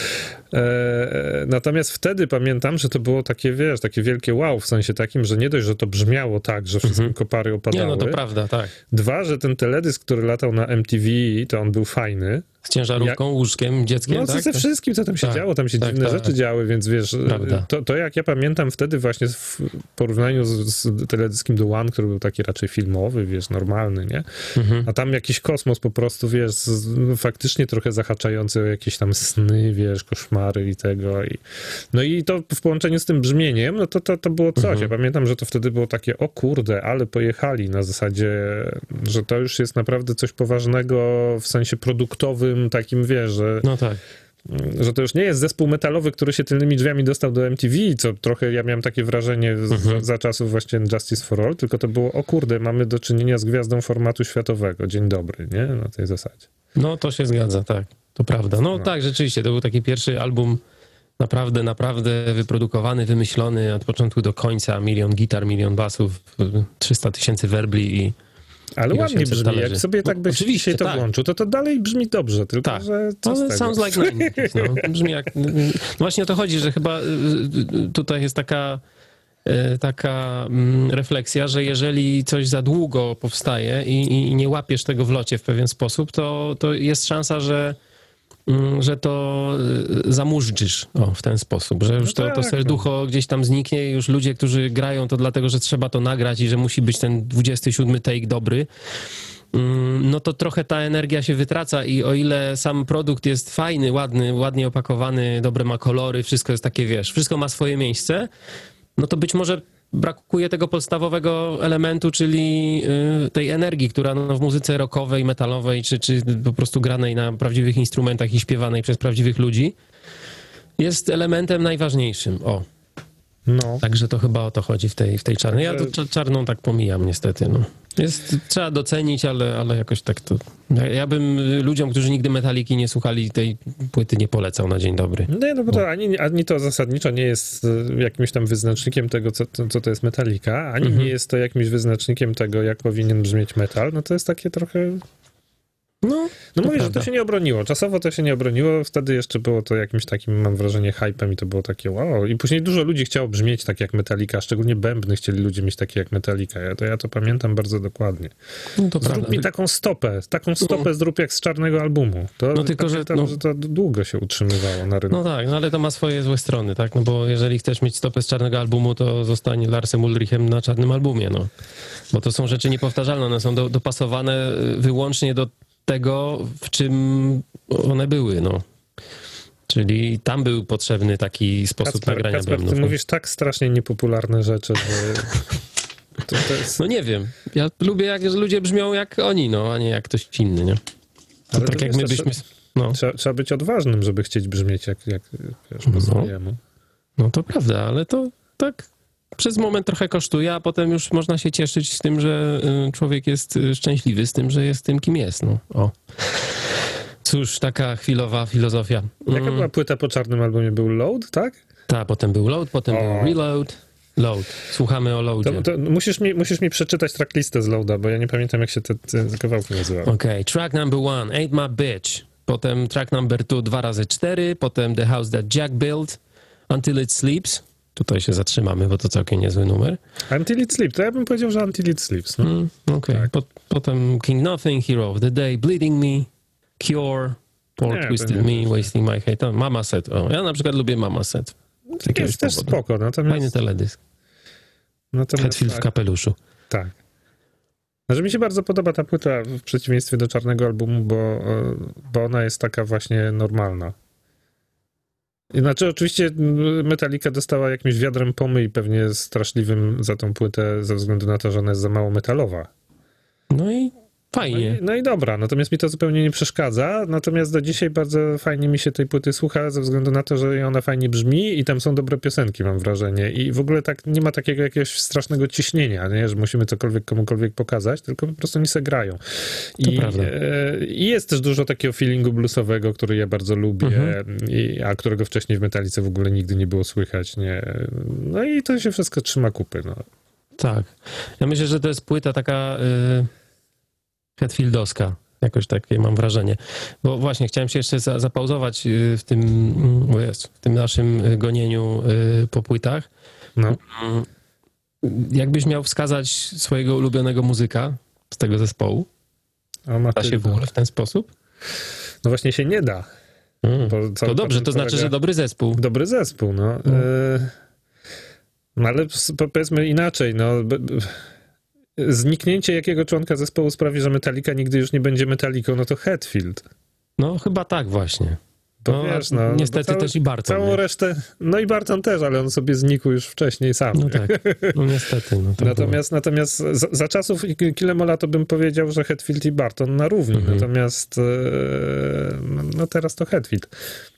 e, natomiast wtedy pamiętam, że to było takie, wiesz, takie wielkie wow, w sensie takim, że nie dość, że to brzmiało tak, że wszystkim Mhm. kopary opadały. Nie, no to prawda, tak. Dwa, że ten teledysk, który latał na M T V, to on był fajny. Z ciężarówką, łóżkiem, dzieckiem, No tak? ze wszystkim, co tam się Tak, działo, tam się tak, dziwne tak. rzeczy działy, więc wiesz, Prawda. to, to jak ja pamiętam wtedy właśnie w porównaniu z, z teledyskiem The One, który był taki raczej filmowy, wiesz, normalny, nie? Mhm. A tam jakiś kosmos po prostu, wiesz, z, no, faktycznie trochę zahaczający o jakieś tam sny, wiesz, koszmary i tego. I, no i to w połączeniu z tym brzmieniem, no to, to, to było coś. Mhm. Ja pamiętam, że to wtedy było takie, o kurde, ale pojechali na zasadzie, że to już jest naprawdę coś poważnego w sensie produktowym, takim, wiesz, że, No tak. że to już nie jest zespół metalowy, który się tylnymi drzwiami dostał do M T V, co trochę ja miałem takie wrażenie z, Mhm. za, za czasów właśnie Justice for All, tylko to było, o kurde, mamy do czynienia z gwiazdą formatu światowego. Dzień dobry, nie? Na tej zasadzie. No to się zgadza, tak. To prawda. No, No. tak, rzeczywiście, to był taki pierwszy album naprawdę, naprawdę wyprodukowany, wymyślony od początku do końca. Milion gitar, milion basów, trzysta tysięcy werbli i Ale I ładnie osiemset brzmi. talerzy. Jak sobie tak No, byś oczywiście, dzisiaj to tak. włączył, to to dalej brzmi dobrze, tylko Tak. że co z ale tego? sounds like nineties, no. Brzmi jak... No właśnie o to chodzi, że chyba y, y, tutaj jest taka, y, taka mm, refleksja, że jeżeli coś za długo powstaje i, i nie łapiesz tego w locie w pewien sposób, to, to jest szansa, że mm, że to y, zamurzysz o, w ten sposób, że już No to, to tak, serducho gdzieś tam zniknie i już ludzie, którzy grają to dlatego, że trzeba to nagrać i że musi być ten dwudziesty siódmy take dobry, mm, no to trochę ta energia się wytraca i o ile sam produkt jest fajny, ładny, ładnie opakowany, dobre ma kolory, wszystko jest takie, wiesz, wszystko ma swoje miejsce, no to być może brakuje tego podstawowego elementu, czyli y, tej energii, która no, w muzyce rockowej, metalowej, czy, czy po prostu granej na prawdziwych instrumentach i śpiewanej przez prawdziwych ludzi, jest elementem najważniejszym. O, No. także to chyba o to chodzi w tej, w tej czarnej. Ja to cza- czarną tak pomijam niestety, no. Jest, trzeba docenić, ale, ale jakoś tak to... Ja, ja bym ludziom, którzy nigdy Metaliki nie słuchali, tej płyty nie polecał na dzień dobry. Nie, no bo to ani, ani to zasadniczo nie jest e, jakimś tam wyznacznikiem tego, co, to- co to jest Metallica, ani Mhm. nie jest to jakimś wyznacznikiem tego, jak powinien brzmieć metal. No to jest takie trochę... No, No To mówię, że prawda. to się nie obroniło. Czasowo to się nie obroniło, wtedy jeszcze było to jakimś takim, mam wrażenie, hypem i to było takie wow. I później dużo ludzi chciało brzmieć tak jak Metallica, szczególnie bębny chcieli ludzie mieć takie jak Metallica. Ja to, ja to pamiętam bardzo dokładnie. no to Zrób prawda. mi taką stopę, taką stopę zrób jak z czarnego albumu. To, No tylko, że- pamiętam, no- że to długo się utrzymywało na rynku. No tak, no ale to ma swoje złe strony, tak? No bo jeżeli chcesz mieć stopę z czarnego albumu, to zostań Larsem Ulrichem na czarnym albumie, no. Bo to są rzeczy niepowtarzalne, one są do, dopasowane wyłącznie do tego, w czym one były, no. Czyli tam był potrzebny taki sposób Kacper, nagrania Kacper, ty bębnów. mówisz tak strasznie niepopularne rzeczy, że to, to jest... No nie wiem. Ja lubię, jak ludzie brzmią jak oni, no, a nie jak ktoś inny, nie? To Ale tak to jak wiesz, my to byśmy... No, Trzeba, trzeba być odważnym, żeby chcieć brzmieć jak, jak wiesz, po No. swojemu. no to prawda, ale to tak przez moment trochę kosztuje, a potem już można się cieszyć z tym, że y, człowiek jest y, szczęśliwy z tym, że jest tym, kim jest, no. O. Cóż, taka chwilowa filozofia. Jaka Mm, była płyta po czarnym albumie? Był Load, tak? Ta, potem był load, potem O. był reload, load. Słuchamy o loadzie. To, to musisz, mi, musisz mi przeczytać tracklistę z Loada, bo ja nie pamiętam, jak się te, te kawałki nazywały. Okej, track number one, Ain't My Bitch. Potem track number two, dwa razy cztery. Potem The House That Jack Built, Until It Sleeps. Tutaj się zatrzymamy, bo to całkiem niezły numer. Until It Sleeps, to ja bym powiedział, że Until It Sleeps. No. Mm, Okej, Tak. Po, potem King Nothing, Hero of the Day, Bleeding Me, Cure, Poor Nie, to Twisted nie, Me, Wasting My Hate. O, Mama Set. O, ja na przykład lubię Mama Set. Z jakiegoś Jest też powodu. spoko, Fajny natomiast... teledysk. natomiast Hetfield w tak, kapeluszu. tak. Znaczy mi się bardzo podoba ta płyta w przeciwieństwie do czarnego albumu, bo, e, bo ona jest taka właśnie normalna. Znaczy oczywiście Metallica dostała jakimś wiadrem pomyj pewnie straszliwym za tą płytę ze względu na to, że ona jest za mało metalowa. No i No i, fajnie. no i dobra, natomiast mi to zupełnie nie przeszkadza, natomiast do dzisiaj bardzo fajnie mi się tej płyty słucha ze względu na to, że ona fajnie brzmi i tam są dobre piosenki, mam wrażenie. I w ogóle tak nie ma takiego jakiegoś strasznego ciśnienia, nie? Że musimy cokolwiek komukolwiek pokazać, tylko po prostu oni se grają. I, prawda. e, I jest też dużo takiego feelingu bluesowego, który ja bardzo lubię, Mhm. i, a którego wcześniej w Metallice w ogóle nigdy nie było słychać, nie? No i to się wszystko trzyma kupy, no. Tak. Ja myślę, że to jest płyta taka y, Hetfieldowska. Jakoś takie mam wrażenie. Bo właśnie chciałem się jeszcze za, zapauzować y, w tym, mm, o jest, w tym naszym y, gonieniu y, po płytach. no. Mm, Jakbyś miał wskazać swojego ulubionego muzyka z tego zespołu? A ma Da się w ogóle w ten sposób? No właśnie się nie da. Mm. Bo cały To dobrze, patent to znaczy, polega- że dobry zespół. Dobry zespół, no. No. E, no ale s- po- powiedzmy inaczej, no. b- b- Zniknięcie jakiego członka zespołu sprawi, że Metallica nigdy już nie będzie Metallicą, no to Hetfield. No chyba tak właśnie. Bo No, wiesz, a no, niestety bo całe- też i Barton. Całą nie? resztę, no i Barton też, ale on sobie znikł już wcześniej sam. No tak, no niestety. No to Natomiast, natomiast za, za czasów Kilemola to bym powiedział, że Hetfield i Barton na równi. Mhm. Natomiast e, no, no teraz to Hetfield.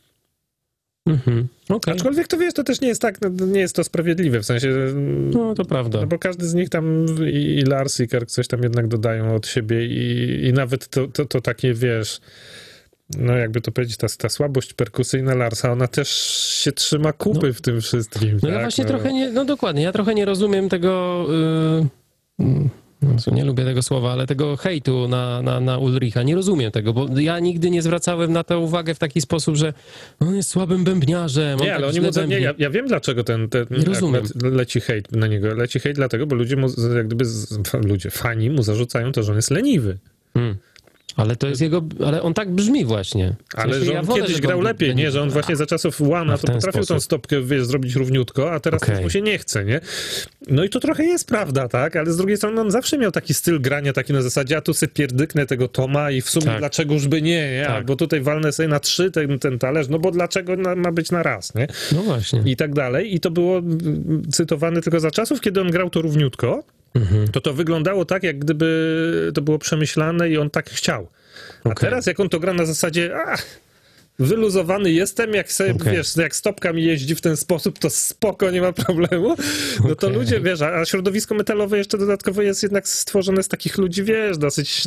było. Mhm. Okej, Aczkolwiek to wiesz, to też nie jest tak, no, nie jest to sprawiedliwe, w sensie, no to prawda. no bo każdy z nich tam i, i Lars i Kirk coś tam jednak dodają od siebie i, i nawet to, to, to takie, wiesz, no jakby to powiedzieć, ta, ta słabość perkusyjna Larsa, ona też się trzyma kupy No. w tym wszystkim. No tak? ja właśnie no. trochę nie, no dokładnie, ja trochę nie rozumiem tego, yy, no, nie lubię tego słowa, ale tego hejtu na, na, na Ulricha, nie rozumiem tego, bo ja nigdy nie zwracałem na to uwagę w taki sposób, że on jest słabym bębniarzem, on Nie, ale tak oni źle mu, za- nie, bębni. ja, ja wiem dlaczego ten, ten Nie rozumiem. akurat leci hejt na niego. Leci hejt dlatego, bo ludzie mu, z- jak gdyby, z, ludzie, fani mu zarzucają to, że on jest leniwy. Hmm. Ale to jest jego, ale on tak brzmi właśnie. W Ale sensie że ja on wolę, kiedyś żeby grał on był lepiej, nie? Że on właśnie za czasów A, Łana w to ten potrafił tą sposób. stopkę, wiesz, zrobić równiutko, a teraz Okej. okay. mu się nie chce, nie? No i to trochę jest prawda, tak? Ale z drugiej strony on zawsze miał taki styl grania, taki na zasadzie, a tu sobie pierdyknę tego Toma i w sumie Tak. dlaczegoż by nie, nie? Tak. Albo tutaj walnę sobie na trzy ten, ten talerz, no bo dlaczego na, ma być na raz, nie? No właśnie. I tak dalej. I to było mm, cytowane tylko za czasów, kiedy on grał to równiutko, Mhm. to to wyglądało tak, jak gdyby to było przemyślane i on tak chciał. A Okej. teraz jak on to gra na zasadzie, a wyluzowany jestem, jak sobie, Okej. wiesz, jak stopka mi jeździ w ten sposób, to spoko, nie ma problemu. No to Okej. ludzie, wiesz, a a środowisko metalowe jeszcze dodatkowo jest jednak stworzone z takich ludzi, wiesz, dosyć...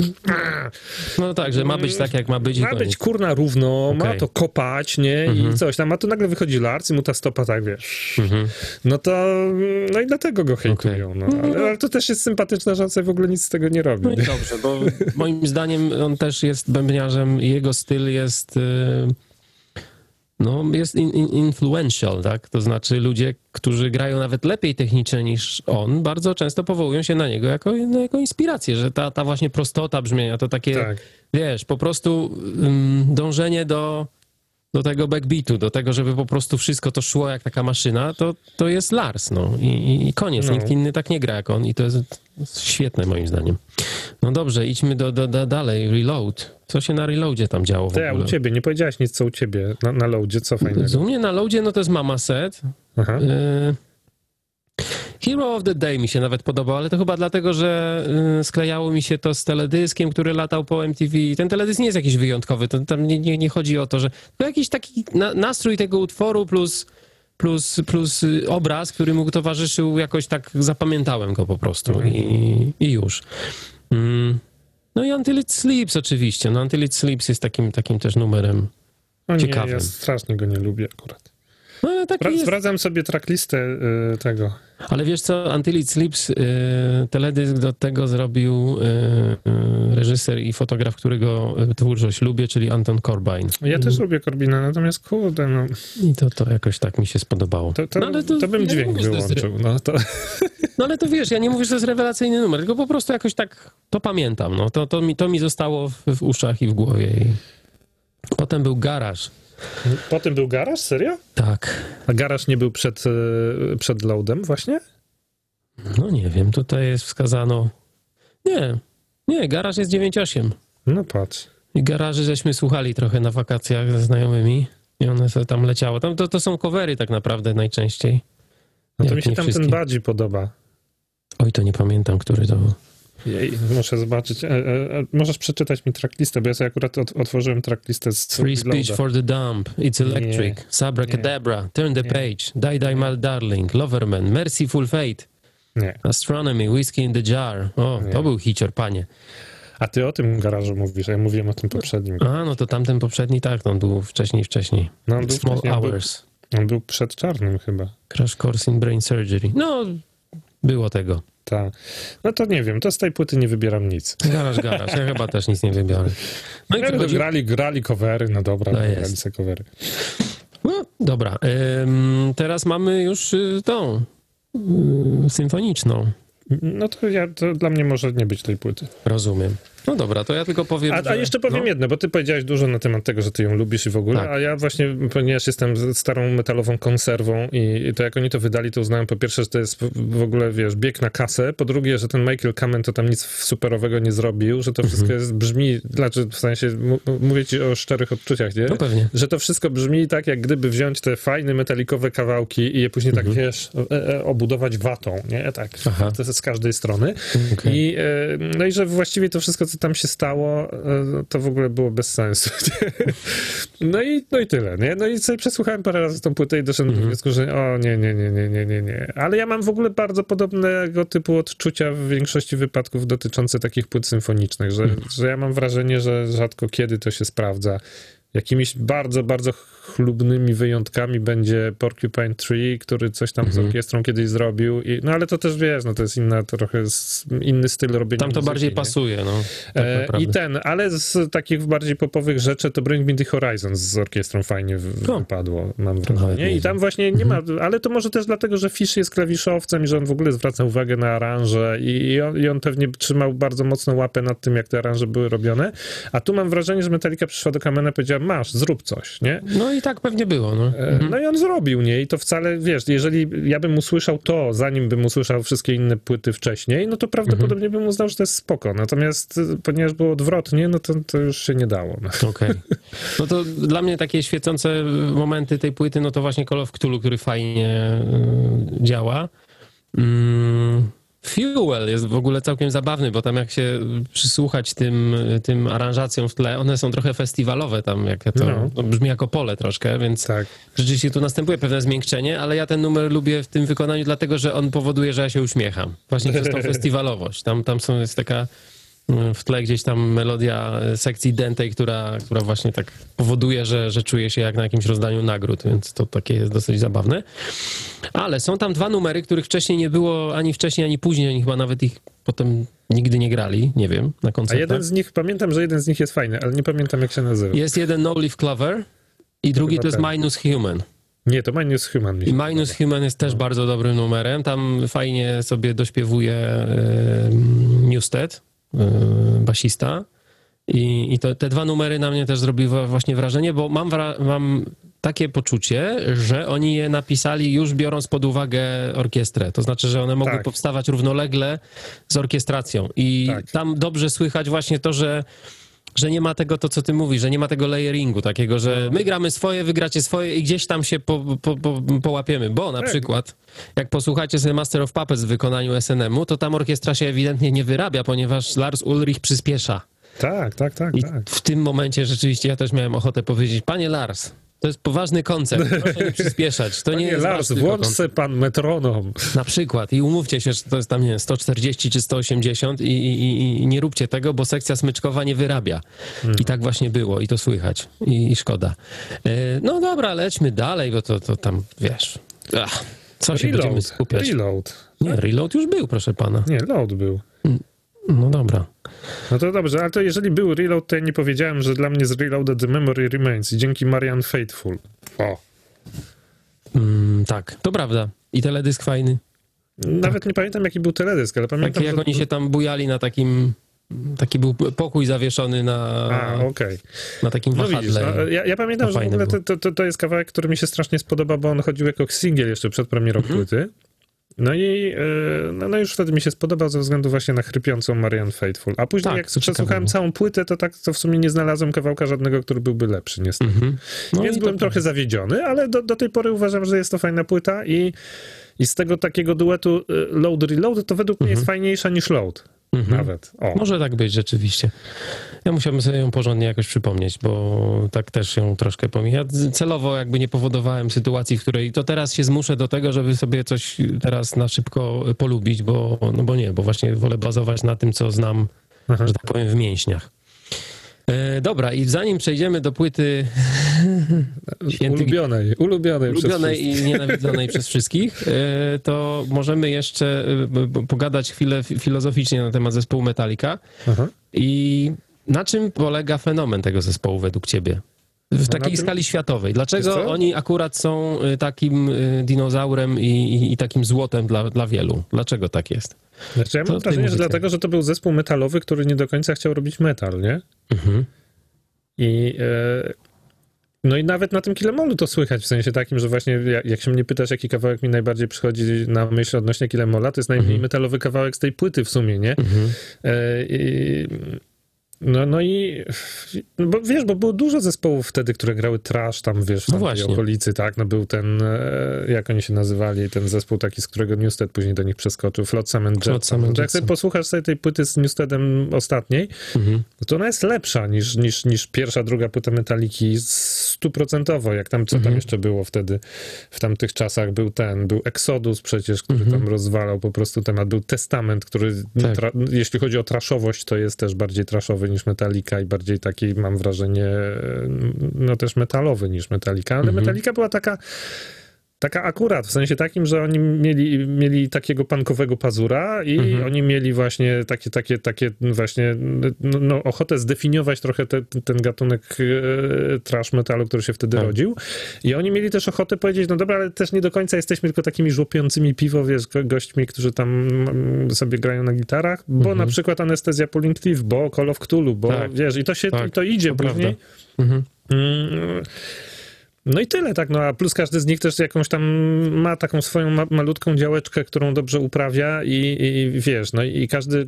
No tak, że ma być tak, jak ma być i Ma koniec. być kurna równo, ma Okej. to kopać, nie? Mhm. I coś tam. A tu nagle wychodzi Lars i mu ta stopa tak, wiesz... Mhm. No to, no i dlatego go hejtują. Okej. No. Ale, ale to też jest sympatyczne, że on sobie w ogóle nic z tego nie robi. No i dobrze, bo moim zdaniem on też jest bębniarzem i jego styl jest... y, No, jest in, in, influential, tak? To znaczy ludzie, którzy grają nawet lepiej technicznie niż on, bardzo często powołują się na niego jako, na jako inspirację, że ta, ta właśnie prostota brzmienia, to takie, Tak. wiesz, po prostu ym, dążenie do, do tego backbeatu, do tego, żeby po prostu wszystko to szło jak taka maszyna, to, to jest Lars, no. I, i- i koniec. No. Nikt inny tak nie gra jak on i to jest świetne moim zdaniem. No dobrze, idźmy do, do, do dalej. Reload. Co się na reloadzie tam działo w Ty, a ogóle? u ciebie, nie powiedziałaś nic, co u ciebie na, na loadzie, co fajnego? U mnie na loadzie, no to jest Mama Set. Aha. Y, Hero of the Day mi się nawet podobał, ale to chyba dlatego, że y, sklejało mi się to z teledyskiem, który latał po M T V. Ten teledysk nie jest jakiś wyjątkowy, to tam nie, nie, nie chodzi o to, że to jakiś taki na, nastrój tego utworu plus, plus, plus y, obraz, który mu towarzyszył, jakoś tak zapamiętałem go po prostu i, i już. Mm. No i Until It Sleeps oczywiście. No Until It Sleeps jest takim, takim też numerem. O nie, ciekawym. ja strasznie go nie lubię akurat. No ale taki Spra- jest. Sprawdzam sobie tracklistę y, tego. Ale wiesz co, Until It Sleeps, y, teledysk do tego zrobił y, y, reżyser i fotograf, którego y, twórczość lubię, czyli Anton Corbijn. Ja też lubię Corbina, natomiast kurde, no, I to, to jakoś tak mi się spodobało. to, to, no, ale to, ja bym nie dźwięk mówię, że to jest wyłączył. No, to, No ale to wiesz, ja nie mówię, że to jest rewelacyjny numer, tylko po prostu jakoś tak to pamiętam. No, to, to, mi, to mi zostało w, w uszach i w głowie. I... Potem był Garaż. potem był garaż? Serio? Tak. A garaż nie był przed, y, przed loadem właśnie? No nie wiem, tutaj jest wskazano... Nie, nie, Garaż jest dziewięć osiem. No patrz. I Garaży żeśmy słuchali trochę na wakacjach ze znajomymi i one sobie tam leciało. Tam to, to są covery tak naprawdę najczęściej. No to Jak mi się nie tam wszystkie. ten Budgie podoba. Oj, to nie pamiętam, który to był. Jej, muszę zobaczyć. E, e, e, możesz przeczytać mi tracklistę, bo ja sobie akurat ot, otworzyłem tracklistę z Free Speech Reloada. for the Dump, It's Electric, Nie. Sabracadabra, Turn the Nie. Page, Die Die My Darling, Loverman, Merciful Fate, Nie. Astronomy, Whiskey in the Jar. O, Nie. to był hicior, panie. A ty o tym garażu mówisz, a ja mówiłem o tym poprzednim. A, no to tamten poprzedni, tak, on był wcześniej, wcześniej. No, on był Small wcześniej, on był- Hours, On był przed czarnym chyba. Crash Course in Brain Surgery. No, było tego. Ta. No to nie wiem, to z tej płyty nie wybieram nic. Garaż, garaż. Ja chyba też nic nie wybiorę. No i No, przychodzi... grali, grali covery, no dobra, To no, jest. grali sobie covery. No, dobra. Ym, teraz mamy już y, tą y, symfoniczną. No to, ja, to dla mnie może nie być tej płyty. Rozumiem. No dobra, to ja tylko powiem, A, a że... jeszcze powiem no. jedno, bo ty powiedziałeś dużo na temat tego, że ty ją lubisz i w ogóle, Tak. a ja właśnie, ponieważ jestem starą metalową konserwą i, i to jak oni to wydali, to uznałem po pierwsze, że to jest w ogóle, wiesz, bieg na kasę, po drugie, że ten Michael Kamen to tam nic superowego nie zrobił, że to wszystko jest, brzmi, znaczy w sensie, m- mówię ci o szczerych odczuciach, nie? No pewnie. Że to wszystko brzmi tak, jak gdyby wziąć te fajne metalikowe kawałki i je później tak, wiesz, e, e, obudować watą, nie? Tak, Aha. to jest z każdej strony. Okej. I, e, no i że właściwie to wszystko, co tam się stało, e, to w ogóle było bez sensu. no, i, no i tyle, nie? No i sobie przesłuchałem parę razy tą płytę i doszedłem do wniosku, że o nie, nie, nie, nie, nie, nie, nie. Ale ja mam w ogóle bardzo podobnego typu odczucia w większości wypadków dotyczące takich płyt symfonicznych, że, że ja mam wrażenie, że rzadko kiedy to się sprawdza. Jakimiś bardzo, bardzo chlubnymi wyjątkami będzie Porcupine Tree, który coś tam z orkiestrą kiedyś zrobił. I, no ale to też wiesz, no to jest inna, trochę s- inny styl robienia Tam to muzyki, bardziej nie? pasuje, no. Tak E, naprawdę. I ten, ale z takich bardziej popowych rzeczy to Bring Me The Horizon z orkiestrą fajnie w, O. wypadło, mam nawet wrażenie. nie I tam właśnie nie ma, ale to może też dlatego, że Fish jest klawiszowcem i że on w ogóle zwraca uwagę na aranże i, i, on, i on pewnie trzymał bardzo mocno łapę nad tym, jak te aranże były robione. A tu mam wrażenie, że Metallica przyszła do Kamena i powiedziała, masz, zrób coś, nie? No i tak pewnie było, no. E, No i on zrobił, nie? I to wcale, wiesz, jeżeli ja bym usłyszał to, zanim bym usłyszał wszystkie inne płyty wcześniej, no to prawdopodobnie bym uznał, że to jest spoko. Natomiast y, ponieważ było odwrotnie, no to, to już się nie dało. No. Okej. No to dla mnie takie świecące momenty tej płyty, no to właśnie Call of Cthulhu, który fajnie y, działa. Mm, Fuel jest w ogóle całkiem zabawny, bo tam jak się przysłuchać tym, tym aranżacjom w tle, one są trochę festiwalowe tam, jak ja to, No. to brzmi jako pole troszkę, więc Tak. rzeczywiście tu następuje pewne zmiękczenie, ale ja ten numer lubię w tym wykonaniu dlatego, że on powoduje, że ja się uśmiecham. Właśnie przez tą festiwalowość. Tam, tam są, jest taka w tle gdzieś tam melodia sekcji dętej, która, która właśnie tak powoduje, że, że czuję się jak na jakimś rozdaniu nagród, więc to takie jest dosyć zabawne. Ale są tam dwa numery, których wcześniej nie było ani wcześniej, ani później. Oni chyba nawet ich potem nigdy nie grali, nie wiem, na A koncertach. jeden z nich, pamiętam, że jeden z nich jest fajny, ale nie pamiętam, jak się nazywa. Jest jeden No Leaf Clover i drugi to jest ten. Minus Human. Nie, to Minus Human. mi I się Minus podoba. Human jest też bardzo dobrym numerem. Tam fajnie sobie dośpiewuje e, Newsted, e, basista. I, i to, te dwa numery na mnie też zrobiły właśnie wrażenie, bo mam, wra- mam takie poczucie, że oni je napisali już biorąc pod uwagę orkiestrę. To znaczy, że one mogły Tak. powstawać równolegle z orkiestracją. I Tak. tam dobrze słychać właśnie to, że że nie ma tego, to co ty mówisz, że nie ma tego layeringu takiego, że my gramy swoje, wy gracie swoje i gdzieś tam się po, po, po, połapiemy, bo na Tak. przykład jak posłuchacie sobie Master of Puppets w wykonaniu S N M-u, to tam orkiestra się ewidentnie nie wyrabia, ponieważ Lars Ulrich przyspiesza. Tak, tak, tak, I tak. w tym momencie rzeczywiście ja też miałem ochotę powiedzieć, panie Lars, to jest poważny koncert, proszę nie przyspieszać. To nie Panie jest Lars, wasz tylko włącz koncert. se pan metronom. Na przykład i umówcie się, że to jest tam, nie wiem, sto czterdzieści czy sto osiemdziesiąt i, i, i nie róbcie tego, bo sekcja smyczkowa nie wyrabia. Hmm. I tak właśnie było i to słychać i, i szkoda. E, No dobra, lećmy dalej, bo to, to tam, wiesz, ach, co się będziemy Reload. skupiać. Reload. Nie, reload już był, proszę pana. Nie, load był. No dobra. No to dobrze, ale to jeżeli był reload, to ja nie powiedziałem, że dla mnie z Reloaded The Memory Remains i dzięki Marian Faithful. O. Mm, tak, to prawda. I teledysk fajny. Nawet nie pamiętam, jaki był teledysk, ale pamiętam, Taki jak że... oni się tam bujali na takim... Taki był pokój zawieszony na, A, okej. na takim No widzisz, wahadle. no, ja, ja pamiętam, To że w fajne ogóle było. to, to, to jest kawałek, który mi się strasznie spodoba, bo on chodził jako singiel jeszcze przed premierą Mhm. płyty. No i yy, no, no już wtedy mi się spodobał ze względu właśnie na chrypiącą Marian Faithful. A później Tak, jak co przesłuchałem ciekawe. całą płytę, to tak to w sumie nie znalazłem kawałka żadnego, który byłby lepszy, niestety. Mhm. No Więc i byłem to trochę zawiedziony, ale do, do tej pory uważam, że jest to fajna płyta i, i z tego takiego duetu y, Load Reload to według mnie jest fajniejsza niż Load. Mhm. Nawet. O. Może tak być rzeczywiście. Ja musiałbym sobie ją porządnie jakoś przypomnieć, bo tak też ją troszkę pomijam. Ja celowo jakby nie powodowałem sytuacji, w której to teraz się zmuszę do tego, żeby sobie coś teraz na szybko polubić, bo, no bo nie, bo właśnie wolę bazować na tym, co znam, Aha. że tak powiem, w mięśniach. E, dobra, i zanim przejdziemy do płyty świętych Ulubionej, ulubionej, przez ulubionej wszystkich. i nienawidzonej przez wszystkich, e, to możemy jeszcze e, b- b- pogadać chwilę fi- filozoficznie na temat zespołu Metallica. Aha. I na czym polega fenomen tego zespołu według ciebie? W takiej tym- skali światowej. Wiesz Dlaczego co? oni akurat są y, takim y, dinozaurem i, i, i takim złotem dla, dla wielu? Dlaczego tak jest? Znaczy ja mam To tej wrażenie, że muzyce. dlatego, że to był zespół metalowy, który nie do końca chciał robić metal, nie? Mhm. I e, no i nawet na tym Kilemolu to słychać, w sensie takim, że właśnie jak, jak się mnie pytasz, jaki kawałek mi najbardziej przychodzi na myśl odnośnie Kilemola, to jest najmniej Mhm. metalowy kawałek z tej płyty w sumie, nie? Mhm. E, i, no, no i no bo wiesz, bo było dużo zespołów wtedy, które grały trash tam, wiesz, w No tamtej właśnie. okolicy, tak? No był ten, e, jak oni się nazywali, ten zespół taki, z którego Newsted później do nich przeskoczył, Flotsam and Jetsam. Flotsam and No to jak Jetsam. sobie posłuchasz sobie tej płyty z Newstedem ostatniej, Mhm. no to ona jest lepsza niż, niż, niż pierwsza, druga płyta Metaliki stuprocentowo, jak tam, co tam Mhm. jeszcze było wtedy, w tamtych czasach był ten, był Exodus przecież, który Mhm. tam rozwalał po prostu temat, był Testament, który, Tak. tra, jeśli chodzi o traszowość, to jest też bardziej traszowy niż Metallica i bardziej taki, mam wrażenie, no też metalowy niż Metallica, ale Mhm. Metallica była taka Taka akurat, w sensie takim, że oni mieli, mieli takiego punkowego pazura i Mhm. oni mieli właśnie takie, takie, takie właśnie no, no, ochotę zdefiniować trochę te, ten gatunek e, trash metalu, który się wtedy Tak. rodził. I oni mieli też ochotę powiedzieć, no dobra, ale też nie do końca jesteśmy tylko takimi żłopiącymi piwo, wiesz, gośćmi, którzy tam mm, sobie grają na gitarach, bo Mhm. na przykład Anestezja Pulling Cliff, bo Call of Cthulhu, bo Tak. wiesz, i to się, Tak, i to idzie to później. prawda. Mhm. Mm, No i tyle, tak, no a plus każdy z nich też jakąś tam ma taką swoją ma malutką działeczkę, którą dobrze uprawia i, i wiesz, no i każdy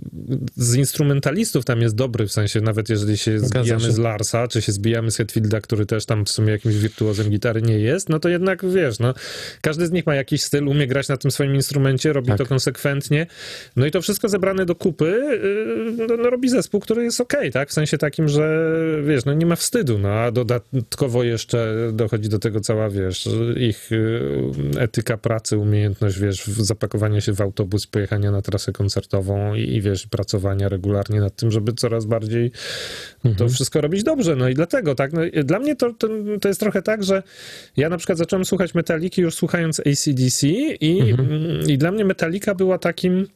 z instrumentalistów tam jest dobry, w sensie nawet jeżeli się Zgadza zbijamy się. z Larsa, czy się zbijamy z Hetfielda, który też tam w sumie jakimś wirtuozem gitary nie jest, no to jednak wiesz, no każdy z nich ma jakiś styl, umie grać na tym swoim instrumencie, robi Tak. to konsekwentnie, no i to wszystko zebrane do kupy, yy, no, no robi zespół, który jest okej, tak, w sensie takim, że wiesz, no nie ma wstydu, no a dodatkowo jeszcze dochodzi do tego cała, wiesz, ich y, etyka pracy, umiejętność, wiesz, w- zapakowania się w autobus, pojechania na trasę koncertową i, i wiesz, pracowania regularnie nad tym, żeby coraz bardziej to Mhm. wszystko robić dobrze, no i dlatego, tak, no, i dla mnie to, to, to jest trochę tak, że ja na przykład zacząłem słuchać Metalliki już słuchając A C D C i, Mhm. mm, i dla mnie Metallica była takim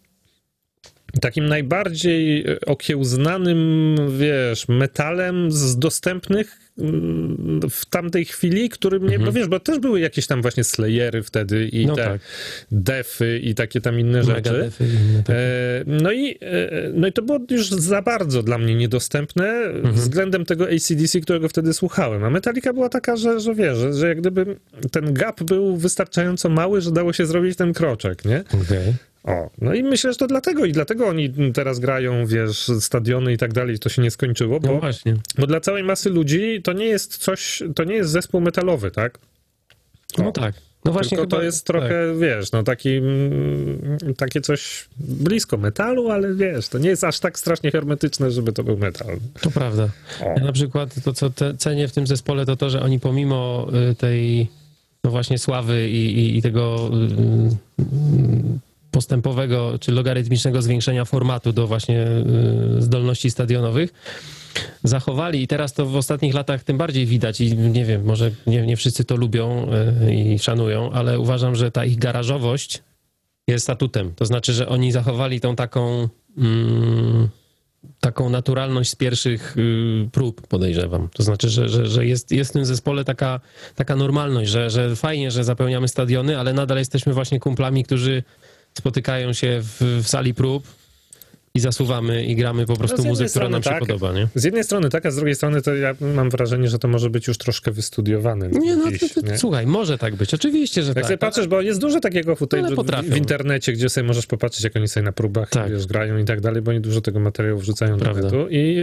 takim najbardziej okiełznanym, wiesz, metalem z dostępnych mm, w tamtej chwili, który mnie, Mhm. bo wiesz, bo też były jakieś tam właśnie Slayery wtedy i No te tak. Defy i takie tam inne rzeczy. Megadefy i inne takie. E, No i, e, no i to było już za bardzo dla mnie niedostępne Mhm. względem tego A C D C, którego wtedy słuchałem. A Metallica była taka, że, że wiesz, że, że jak gdyby ten gap był wystarczająco mały, że dało się zrobić ten kroczek, nie? Okej. O, no i myślę, że to dlatego i dlatego oni teraz grają, wiesz, stadiony i tak dalej, to się nie skończyło, No bo, właśnie. bo dla całej masy ludzi to nie jest coś, to nie jest zespół metalowy, tak? O, No tak. No właśnie Tylko chyba, to jest trochę, wiesz, no taki, mm, takie coś blisko metalu, ale wiesz, to nie jest aż tak strasznie hermetyczne, żeby to był metal. Tak, to prawda. O. Ja na przykład to, co te, cenię w tym zespole, to to, że oni pomimo y, tej no właśnie sławy i, i, i tego y, y, postępowego czy logarytmicznego zwiększenia formatu do właśnie y, zdolności stadionowych, zachowali i teraz to w ostatnich latach tym bardziej widać i nie wiem, może nie, nie wszyscy to lubią y, i szanują, ale uważam, że ta ich garażowość jest atutem. To znaczy, że oni zachowali tą taką mm, taką naturalność z pierwszych y, prób, podejrzewam. To znaczy, że, że, że jest, jest w tym zespole taka, taka normalność, że, że fajnie, że zapełniamy stadiony, ale nadal jesteśmy właśnie kumplami, którzy spotykają się w, w sali prób i zasuwamy i gramy po No, z prostu jednej muzykę, która strony nam się tak. podoba, nie? Z jednej strony tak, a z drugiej strony to ja mam wrażenie, że to może być już troszkę wystudiowane. Nie, no gdzieś, to, to, nie? słuchaj, może tak być, oczywiście, że Jak tak. sobie patrzysz, bo jest dużo takiego footage'u Ale potrafią. w, w internecie, gdzie sobie możesz popatrzeć, jak oni sobie na próbach Tak. wiesz, grają i tak dalej, bo oni dużo tego materiału wrzucają do Prawda. netu i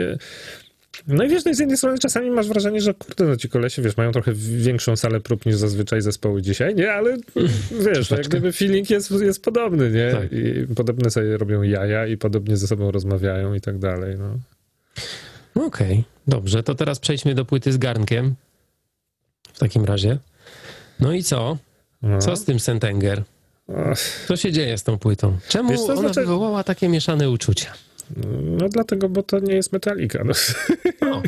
no i wiesz, no i z jednej strony czasami masz wrażenie, że kurde, no ci kolesie, wiesz, mają trochę większą salę prób niż zazwyczaj zespoły dzisiaj, nie? Ale wiesz, no, jak gdyby feeling jest, jest podobny, nie? Tak. I podobne sobie robią jaja i podobnie ze sobą rozmawiają i tak dalej, no. No okej, dobrze, to teraz przejdźmy do płyty z garnkiem. W takim razie. No i co? no. Co z tym Sentenger? Och, Co się dzieje z tą płytą? Czemu Wiesz co, ona znaczy- wywołała takie mieszane uczucia? no dlatego, bo to nie jest Metallica, no. O,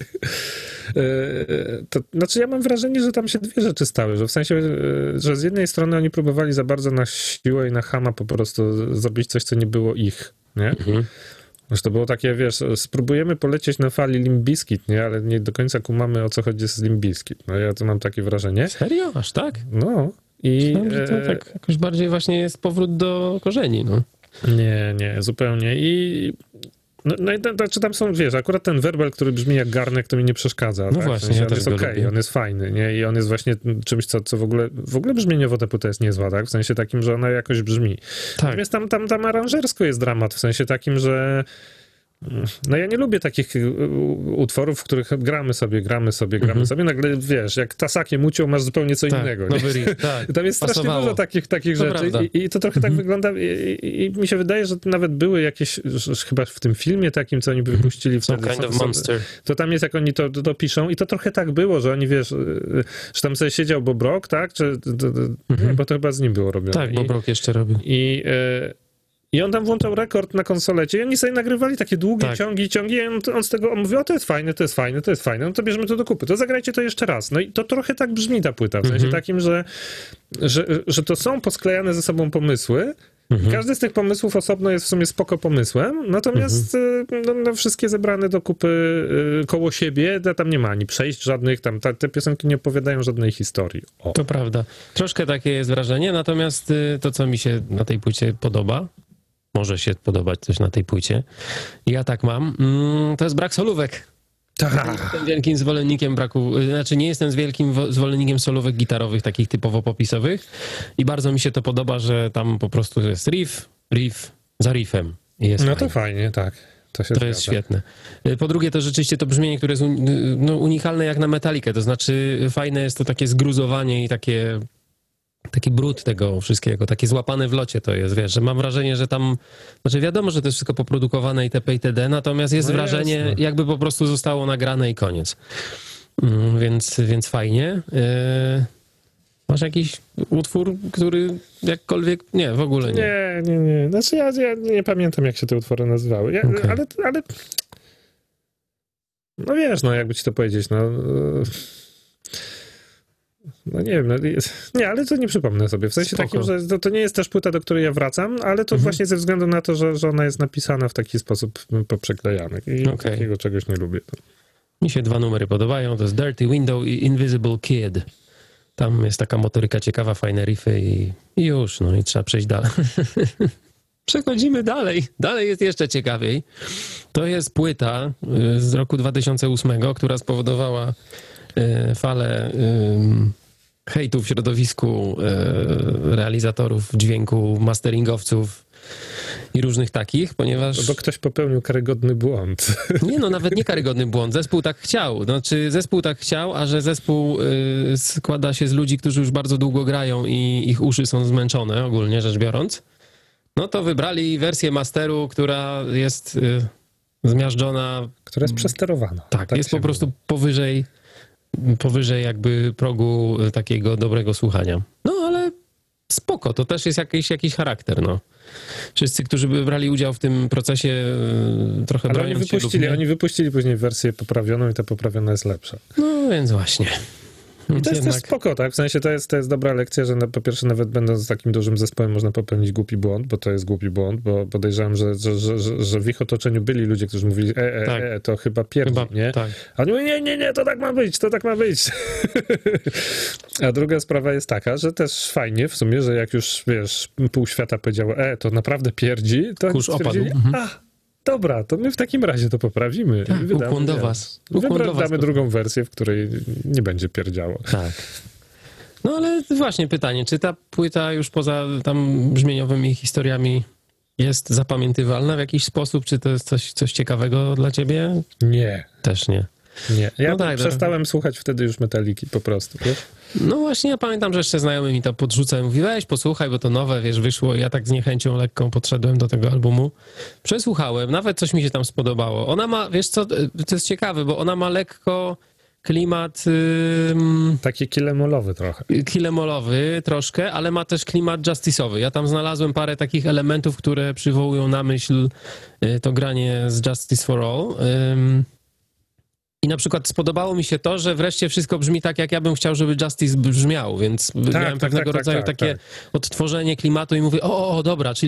E, To, znaczy ja mam wrażenie, że tam się dwie rzeczy stały, że w sensie, e, że z jednej strony oni próbowali za bardzo na siłę i na chama po prostu zrobić coś, co nie było ich, nie? mhm. Że to było takie, wiesz, spróbujemy polecieć na fali Limp Bizkit, nie? Ale nie do końca kumamy, o co chodzi z Limp Bizkit. No ja to mam takie wrażenie. Serio? Aż tak? No i... Myślałem, że to e, tak jakoś bardziej właśnie jest powrót do korzeni, no. Nie, nie, zupełnie. I no, no i to, to, czy tam są, wiesz, akurat ten werbel, który brzmi jak garnek, to mi nie przeszkadza. No tak? właśnie, w sensie, ja on też jest go okej, lubię. on jest fajny, nie? I on jest właśnie czymś, co, co w ogóle, w ogóle brzmieniowo ta płyta jest niezła, tak? W sensie takim, że ona jakoś brzmi. Tak. Natomiast tam, tam, tam aranżersko jest dramat, w sensie takim, że no ja nie lubię takich y, utworów, w których gramy sobie, gramy sobie, gramy Mhm. sobie, nagle, wiesz, jak tasakiem uciął, masz zupełnie co Tak, innego. Nie? nowy riff, tak. Tam jest strasznie Pasowało. dużo takich, takich To rzeczy prawda. I, i to trochę tak Mhm. wygląda i, i, i mi się wydaje, że nawet były jakieś, że chyba w tym filmie takim, co oni wypuścili Some wtedy, kind są- of są- monster. to tam jest, jak oni to, to, to piszą i to trochę tak było, że oni, wiesz, y, że tam sobie siedział Bob Rock, tak, czy, to, to, Mhm. nie, bo to chyba z nim było robione. Tak, I, Bob Rock jeszcze robił. i, y, I on tam włączał rekord na konsolecie i oni sobie nagrywali takie długie Tak. ciągi, ciągi i on, on z tego on mówi, o to jest fajne, to jest fajne, to jest fajne, no to bierzemy to do kupy, to zagrajcie to jeszcze raz. No i to trochę tak brzmi ta płyta, w sensie Mhm. takim, że, że, że to są posklejane ze sobą pomysły. Mhm. Każdy z tych pomysłów osobno jest w sumie spoko pomysłem, natomiast Mhm. y, no, no, wszystkie zebrane do kupy y, koło siebie, to tam nie ma ani przejść żadnych, tam ta, te piosenki nie opowiadają żadnej historii. O. To prawda. Troszkę takie jest wrażenie, natomiast y, to, co mi się na tej płycie podoba, może się podobać coś na tej płycie, ja tak mam, mm, to jest brak solówek. Tak. Jestem wielkim zwolennikiem braku, y, znaczy nie jestem z wielkim wo- zwolennikiem solówek gitarowych, takich typowo popisowych i bardzo mi się to podoba, że tam po prostu jest riff, riff za riffem. I jest No to fajnie. fajnie, tak. To, się To jest zgadza. świetne. Y, Po drugie, to rzeczywiście to brzmienie, które jest un, y, no, unikalne jak na Metallicę, to znaczy fajne jest to takie zgruzowanie i takie taki brud tego wszystkiego, takie złapane w locie to jest, wiesz, że mam wrażenie, że tam, znaczy wiadomo, że to jest wszystko poprodukowane itp. itd., natomiast jest No wrażenie, jasne. jakby po prostu zostało nagrane i koniec. Mm, więc, więc fajnie. Yy, masz jakiś utwór, który jakkolwiek, nie, w ogóle nie. Nie, nie, nie. Znaczy ja, ja nie pamiętam, jak się te utwory nazywały. Ja, Okej. ale, ale... No wiesz, no jakby ci to powiedzieć, no... e, No nie wiem, no, jest- nie, ale to nie przypomnę sobie. W sensie Spoko. takim, że to, to nie jest też płyta, do której ja wracam, ale to Mhm. właśnie ze względu na to, że, że ona jest napisana w taki sposób poprzeklejany. I Okej. takiego czegoś nie lubię. Mi się dwa numery podobają, to jest Dirty Window i Invisible Kid. Tam jest taka motoryka ciekawa, fajne riffy i, i już, no i trzeba przejść dalej. Przechodzimy dalej. Dalej jest jeszcze ciekawiej. To jest płyta y, z roku dwa tysiące ósmego, która spowodowała y, falę y, hejtu w środowisku y, realizatorów dźwięku, masteringowców i różnych takich, ponieważ... Bo ktoś popełnił karygodny błąd. Nie no, nawet nie karygodny błąd. Zespół tak chciał. Znaczy zespół tak chciał, a że zespół y, składa się z ludzi, którzy już bardzo długo grają i ich uszy są zmęczone, ogólnie rzecz biorąc, no to wybrali wersję masteru, która jest y, zmiażdżona. Która jest przesterowana. Tak, jest się po prostu mówi. powyżej, powyżej jakby progu y, takiego dobrego słuchania. No ale spoko, to też jest jakiś, jakiś charakter, no. Wszyscy, którzy by brali udział w tym procesie, y, trochę Ale oni broniąc się lub wypuścili, nie. oni wypuścili później wersję poprawioną i ta poprawiona jest lepsza. No więc właśnie. I Więc to jest jednak, też spoko, tak? W sensie to jest, to jest dobra lekcja, że na, po pierwsze nawet będąc takim dużym zespołem można popełnić głupi błąd, bo to jest głupi błąd, bo podejrzewam, że, że, że, że, że w ich otoczeniu byli ludzie, którzy mówili, e, e, Tak. e, to chyba pierdzi, chyba, nie? tak. A oni mówią, nie, nie, nie, to tak ma być, to tak ma być. A druga sprawa jest taka, że też fajnie w sumie, że jak już, wiesz, pół świata powiedziało, e, to naprawdę pierdzi, to Kurz oni stwierdzili, opadł. Mhm. a, dobra, to my w takim razie to poprawimy. Tak, I wydamy, ukłon do wiesz, was. Ukłon wybra- do was. Damy drugą wersję, w której nie będzie pierdziało. Tak. No ale właśnie pytanie, czy ta płyta już poza tam brzmieniowymi historiami jest zapamiętywalna w jakiś sposób? Czy to jest coś, coś ciekawego dla ciebie? Nie. Też nie. Nie, ja No tak, przestałem słuchać wtedy już Metaliki po prostu, wiesz? No właśnie, ja pamiętam, że jeszcze znajomy mi to podrzucał i mówi, weź posłuchaj, bo to nowe, wiesz, wyszło. I ja tak z niechęcią lekką podszedłem do tego albumu. Przesłuchałem, nawet coś mi się tam spodobało. Ona ma, wiesz co, to jest ciekawe, bo ona ma lekko klimat ym, Taki kilemolowy trochę. kilemolowy troszkę, ale ma też klimat justice'owy. Ja tam znalazłem parę takich elementów, które przywołują na myśl y, to granie z Justice for All. Ym, I na przykład spodobało mi się to, że wreszcie wszystko brzmi tak, jak ja bym chciał, żeby Justice brzmiał, więc miałem tak, pewnego tak, rodzaju tak, takie tak. odtworzenie klimatu i mówię, o, o, dobra, czyli to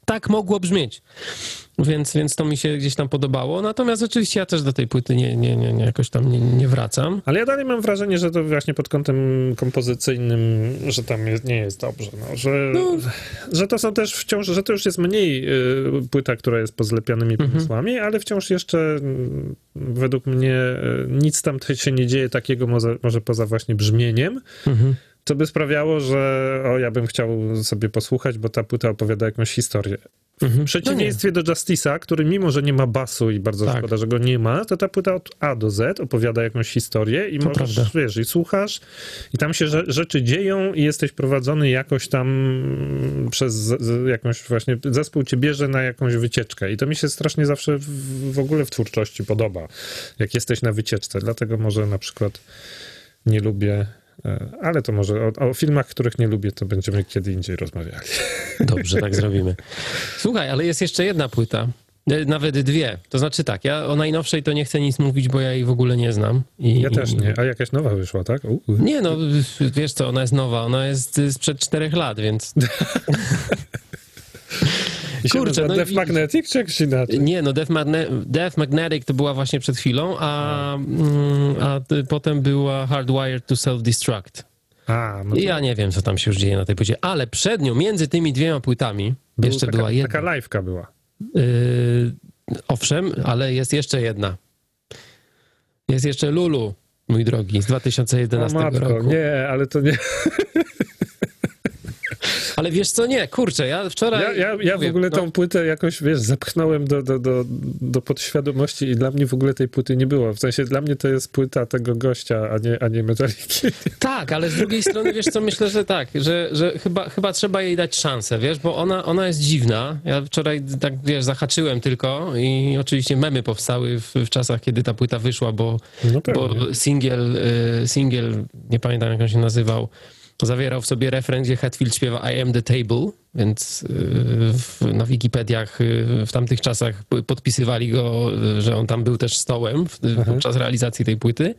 tak mogło brzmieć. Więc, więc to mi się gdzieś tam podobało. Natomiast oczywiście ja też do tej płyty nie, nie, nie, nie jakoś tam nie, nie wracam. Ale ja dalej mam wrażenie, że to właśnie pod kątem kompozycyjnym, że tam jest, nie jest dobrze. No, że, no. że to są też wciąż, że to już jest mniej y, płyta, która jest pozlepianymi pomysłami, mhm. ale wciąż jeszcze y, według mnie y, nic tam się nie dzieje takiego, może, może poza właśnie brzmieniem. Mhm. Co by sprawiało, że o, ja bym chciał sobie posłuchać, bo ta płyta opowiada jakąś historię. W przeciwieństwie no do Justice'a, który mimo, że nie ma basu i bardzo tak. szkoda, że go nie ma, to ta płyta od A do Z opowiada jakąś historię i to możesz, prawda. wiesz, i słuchasz i tam się rzeczy dzieją i jesteś prowadzony jakoś tam przez z, jakąś właśnie, zespół cię bierze na jakąś wycieczkę i to mi się strasznie zawsze w, w ogóle w twórczości podoba, jak jesteś na wycieczce, dlatego może na przykład nie lubię. Ale to może o, o filmach, których nie lubię, to będziemy kiedy indziej rozmawiali. Dobrze, tak zrobimy. Słuchaj, ale jest jeszcze jedna płyta. Nawet dwie. To znaczy tak, ja o najnowszej to nie chcę nic mówić, bo ja jej w ogóle nie znam. I, ja też nie. A jakaś nowa wyszła, tak? U, u. Nie, no wiesz co, ona jest nowa. Ona jest sprzed czterech lat, więc... I Kurczę, no Death Magnetic czy jakoś inaczej? Nie, no Death, Magne Death Magnetic to była właśnie przed chwilą, a, mm, a potem była Hardwired to Self-Destruct. A, no to... I ja nie wiem, co tam się już dzieje na tej płycie, ale przed nią, między tymi dwiema płytami, Był jeszcze taka, była jedna. Taka live'ka była. Yy, owszem, ale jest jeszcze jedna. Jest jeszcze Lulu, mój drogi, z dwa tysiące jedenastego o, matko, roku. Nie, ale to nie... Ale wiesz co, nie, kurczę, ja wczoraj... Ja, ja, ja mówię, w ogóle tą no... płytę jakoś, wiesz, zepchnąłem do, do, do, do podświadomości i dla mnie w ogóle tej płyty nie było. W sensie dla mnie to jest płyta tego gościa, a nie, a nie Metalliki. Tak, ale z drugiej strony, wiesz co, myślę, że tak, że, że chyba, chyba trzeba jej dać szansę, wiesz, bo ona, ona jest dziwna. Ja wczoraj tak, wiesz, zahaczyłem tylko i oczywiście memy powstały w, w czasach, kiedy ta płyta wyszła, bo, no bo singiel, singiel, nie pamiętam jak on się nazywał, zawierał w sobie refren, gdzie Hetfield śpiewa I am the table, więc w, na Wikipediach w tamtych czasach podpisywali go, że on tam był też stołem w, podczas realizacji tej płyty.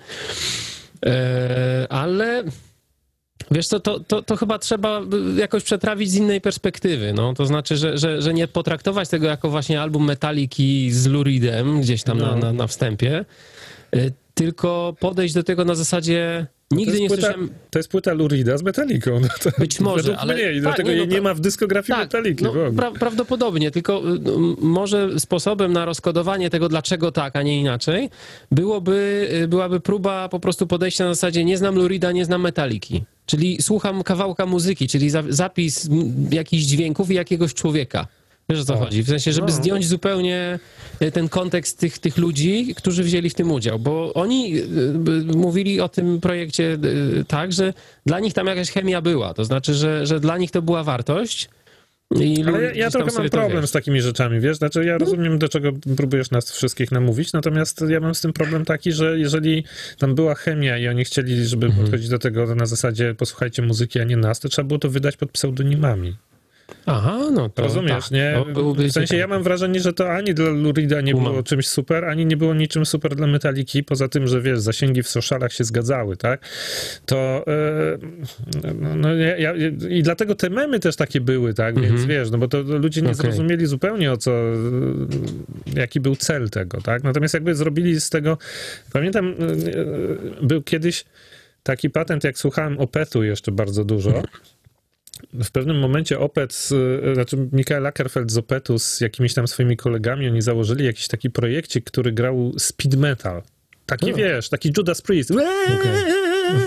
E, ale wiesz co, to, to, to chyba trzeba jakoś przetrawić z innej perspektywy. No. To znaczy, że, że, że nie potraktować tego jako właśnie album Metalliki z Lou Reedem gdzieś tam no. na, na, na wstępie, tylko podejść do tego na zasadzie nigdy nie płyta, słyszałem... To jest płyta Lou Reeda z Metallicą. No to Być może, ale... Mnie, i tak, dlatego nie, no, jej nie ma w dyskografii tak, Metalliki. No, pra prawdopodobnie, tylko może sposobem na rozkodowanie tego, dlaczego tak, a nie inaczej, byłoby, byłaby próba po prostu podejścia na zasadzie nie znam Lou Reeda, nie znam Metalliki. Czyli słucham kawałka muzyki, czyli za zapis jakichś dźwięków i jakiegoś człowieka. Wiesz, o co o. chodzi? W sensie, żeby no. zdjąć zupełnie ten kontekst tych, tych ludzi, którzy wzięli w tym udział, bo oni mówili o tym projekcie tak, że dla nich tam jakaś chemia była, to znaczy, że, że dla nich to była wartość. I Ale ja, ja trochę mam problem wiesz. z takimi rzeczami, wiesz, znaczy ja no. rozumiem, do czego próbujesz nas wszystkich namówić, natomiast ja mam z tym problem taki, że jeżeli tam była chemia i oni chcieli, żeby mhm. podchodzić do tego na zasadzie posłuchajcie muzyki, a nie nas, to trzeba było to wydać pod pseudonimami. Aha, no to rozumiesz, tak, nie? To w sensie ja mam wrażenie, że to ani dla Lou Reeda nie Umam. było czymś super, ani nie było niczym super dla Metalliki, poza tym, że wiesz, zasięgi w socialach się zgadzały, tak? To yy, no, no, ja, ja, i dlatego te memy też takie były, tak? Mm-hmm. Więc wiesz, no bo to ludzie nie okay. zrozumieli zupełnie o co, jaki był cel tego, tak? Natomiast jakby zrobili z tego, pamiętam, yy, był kiedyś taki patent, jak słuchałem Opetu jeszcze bardzo dużo. W pewnym momencie Opeth, znaczy Michael Ackerfeld z Opetu z jakimiś tam swoimi kolegami, oni założyli jakiś taki projekcik, który grał speed metal. Taki, no. wiesz, taki Judas Priest. Okay.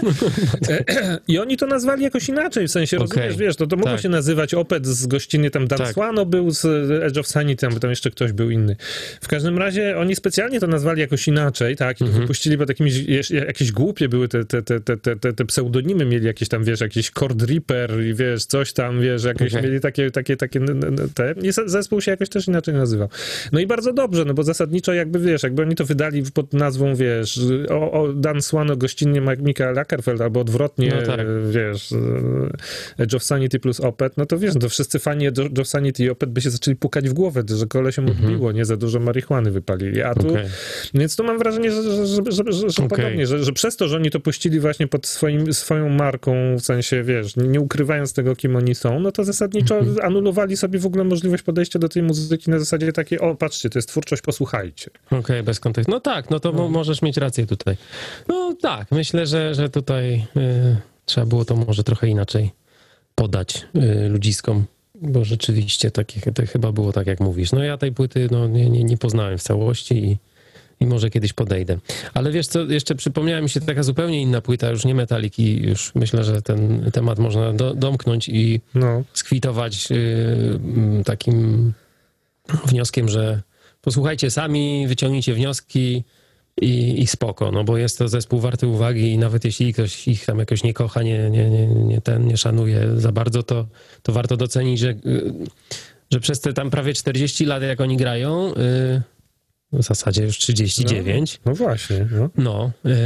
I oni to nazwali jakoś inaczej, w sensie, okay. rozumiesz, wiesz, to, to mogło tak. się nazywać Opeth z gościny, tam Dan tak. Swano był z Edge of Sanity, tam, tam jeszcze ktoś był inny. W każdym razie oni specjalnie to nazwali jakoś inaczej, tak, i to mm-hmm. wypuścili, bo takimi, jakieś głupie były te, te, te, te, te, te pseudonimy, mieli jakieś tam, wiesz, jakiś Cord Reaper i wiesz, coś tam, wiesz, jakieś okay. mieli takie, takie, takie, te, i zespół się jakoś też inaczej nazywał. No i bardzo dobrze, no bo zasadniczo jakby, wiesz, jakby oni to wydali pod nazwą, wiesz, o, o Dan Swano gościnnie Mika Michael Ackerfeld, albo odwrotnie, No tak. wiesz, Edge of Sanity plus Opeth, no to wiesz, to wszyscy fani Edge of Sanity i Opeth by się zaczęli pukać w głowę, że kolesiom Mhm. odbiło, nie za dużo marihuany wypalili. A tu, Okej. więc tu mam wrażenie, że, że, że, że, że, że Okej. podobnie, że, że przez to, że oni to puścili właśnie pod swoim, swoją marką, w sensie, wiesz, nie ukrywając tego, kim oni są, no to zasadniczo Mhm. anulowali sobie w ogóle możliwość podejścia do tej muzyki na zasadzie takiej, o, patrzcie, to jest twórczość, posłuchajcie. Okej, bez kontekstu. No tak, no to mo- możesz mieć rację tutaj. No tak, myślę, że, że tutaj y, trzeba było to może trochę inaczej podać y, ludziskom, bo rzeczywiście takie, to chyba było tak, jak mówisz. No ja tej płyty no, nie, nie, nie poznałem w całości i, i może kiedyś podejdę. Ale wiesz co, jeszcze przypomniała mi się taka zupełnie inna płyta, już nie Metaliki, już myślę, że ten temat można do, domknąć i No. skwitować y, y, takim wnioskiem, że posłuchajcie sami, wyciągnijcie wnioski i, i spoko, no bo jest to zespół warty uwagi i nawet jeśli ktoś ich tam jakoś nie kocha, nie, nie, nie, nie, ten, nie szanuje za bardzo, to, to warto docenić, że, y, że przez te tam prawie czterdzieści lat, jak oni grają, y, w zasadzie już trzydzieści dziewięć, No, no właśnie, no. no,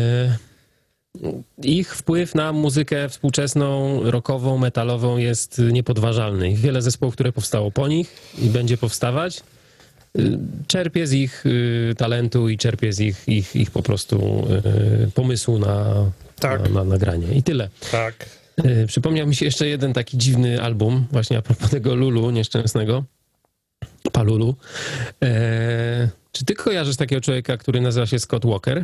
y, ich wpływ na muzykę współczesną, rockową, metalową jest niepodważalny. I wiele zespołów, które powstało po nich i będzie powstawać, y, czerpie z ich y, talentu i czerpie z ich, ich, ich po prostu y, pomysłu na, Tak. na, na nagranie. I tyle. Tak. Y, Przypomniał mi się jeszcze jeden taki dziwny album, właśnie a propos tego Lulu nieszczęsnego, Palulu. E, czy ty kojarzysz takiego człowieka, który nazywa się Scott Walker?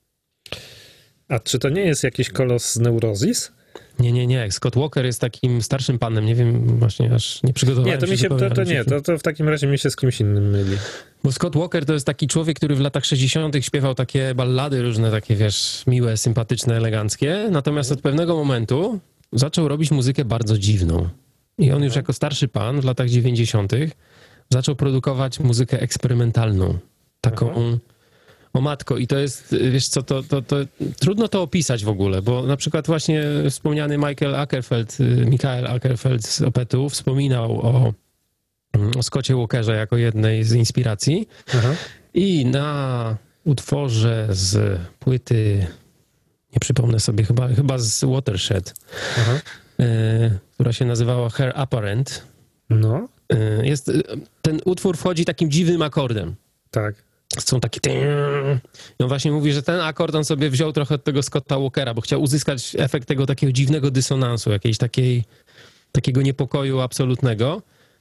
A czy to nie jest jakiś kolos z Neurozis? Nie, nie, nie. Scott Walker jest takim starszym panem. Nie wiem, właśnie aż nie przygotowałem Nie, to mi się, zupełnie, to, to ale nie, mi się- to, to w takim razie mi się z kimś innym myli. Bo Scott Walker to jest taki człowiek, który w latach sześćdziesiątych śpiewał takie ballady różne, takie wiesz, miłe, sympatyczne, eleganckie. Natomiast od pewnego momentu zaczął robić muzykę bardzo dziwną. I on już jako starszy pan w latach dziewięćdziesiątych zaczął produkować muzykę eksperymentalną. Taką... Aha. O matko, i to jest, wiesz co, to, to, to trudno to opisać w ogóle, bo na przykład właśnie wspomniany Michael Ackerfeld, y, Michael Ackerfeld z Opethu wspominał o, o Scottie Walkerze jako jednej z inspiracji Aha. i na utworze z płyty, nie przypomnę sobie, chyba, chyba z Watershed, Aha. y, która się nazywała Her Apparent, No, y, jest, y, ten utwór wchodzi takim dziwnym akordem. tak. Są takie... I on właśnie mówi, że ten akord on sobie wziął trochę od tego Scotta Walkera, bo chciał uzyskać efekt tego takiego dziwnego dysonansu, jakiejś takiej, takiego niepokoju absolutnego.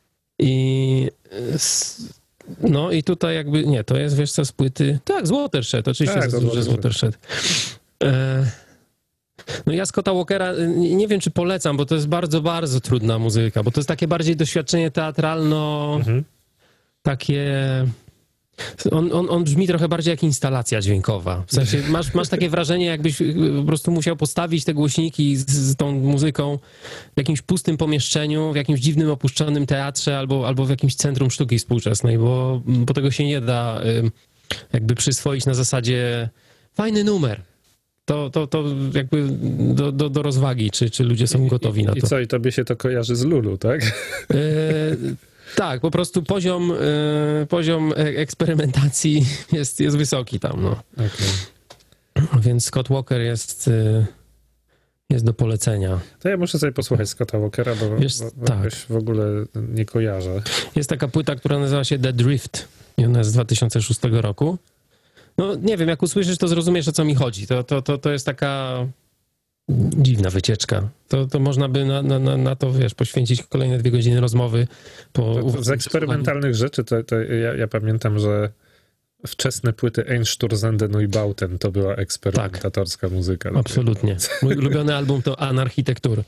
I s- no i tutaj jakby, nie, to jest, wiesz co, z płyty... Tak, z Watershed, oczywiście, Tak, że z z Watershed. E, No ja Scotta Walkera y, nie nie wiem, czy polecam, bo to jest bardzo, bardzo trudna muzyka, bo to jest takie bardziej doświadczenie teatralno... Mhm. takie... On, on, on brzmi trochę bardziej jak instalacja dźwiękowa. W sensie masz, masz takie wrażenie, jakbyś y, po prostu musiał postawić te głośniki z, z tą muzyką w jakimś pustym pomieszczeniu, w jakimś dziwnym, opuszczonym teatrze albo, albo w jakimś centrum sztuki współczesnej, bo, bo tego się nie da y, jakby przyswoić na zasadzie fajny numer. To, to, to jakby do, do, do rozwagi, czy, czy ludzie są gotowi na I to. co, i tobie się to kojarzy z Lulu, tak? E, tak, po prostu poziom, e, poziom e- eksperymentacji jest, jest wysoki tam, no. Okay. Więc Scott Walker jest, e, jest do polecenia. To ja muszę sobie posłuchać Scotta Walkera, bo, Wiesz, bo, bo tak. jakoś w ogóle nie kojarzę. Jest taka płyta, która nazywa się The Drift i ona jest z dwa tysiące szóstego roku. No nie wiem, jak usłyszysz, to zrozumiesz, o co mi chodzi. To, to, to, to jest taka dziwna wycieczka. To, to można by na, na, na to, wiesz, poświęcić kolejne dwie godziny rozmowy. Po To, to z eksperymentalnych rzeczy to, to ja, ja pamiętam, że wczesne płyty Einsturzende Neubauten to była eksperymentatorska muzyka. Absolutnie. Mój ulubiony album to Anarchitektur.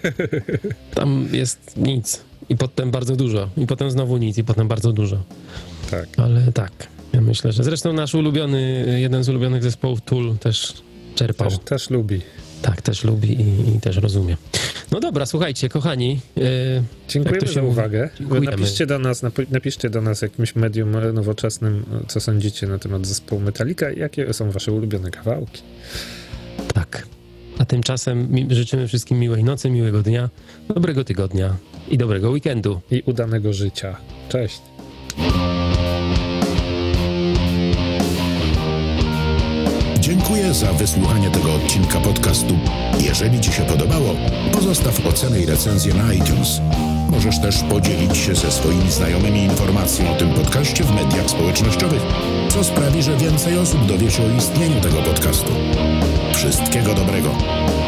Tam jest nic. I potem bardzo dużo. I potem znowu nic. I potem bardzo dużo. Tak. Ale tak. Ja myślę, że zresztą nasz ulubiony, jeden z ulubionych zespołów Tool też czerpał. Też, też lubi. Tak, też lubi i, i też rozumie. No dobra, słuchajcie, kochani. Yy, Dziękujemy Jak to się za mówi? uwagę. Dziękujemy. Napiszcie do nas, napi- napiszcie do nas jakimś medium nowoczesnym, co sądzicie na temat zespołu Metallica i jakie są wasze ulubione kawałki. tak. A tymczasem mi, życzymy wszystkim miłej nocy, miłego dnia, dobrego tygodnia i dobrego weekendu. I udanego życia. Cześć. Dziękuję. Dziękuję za wysłuchanie tego odcinka podcastu. Jeżeli Ci się podobało, pozostaw ocenę i recenzję na iTunes. Możesz też podzielić się ze swoimi znajomymi informacją o tym podcaście w mediach społecznościowych, co sprawi, że więcej osób dowie się o istnieniu tego podcastu. Wszystkiego dobrego.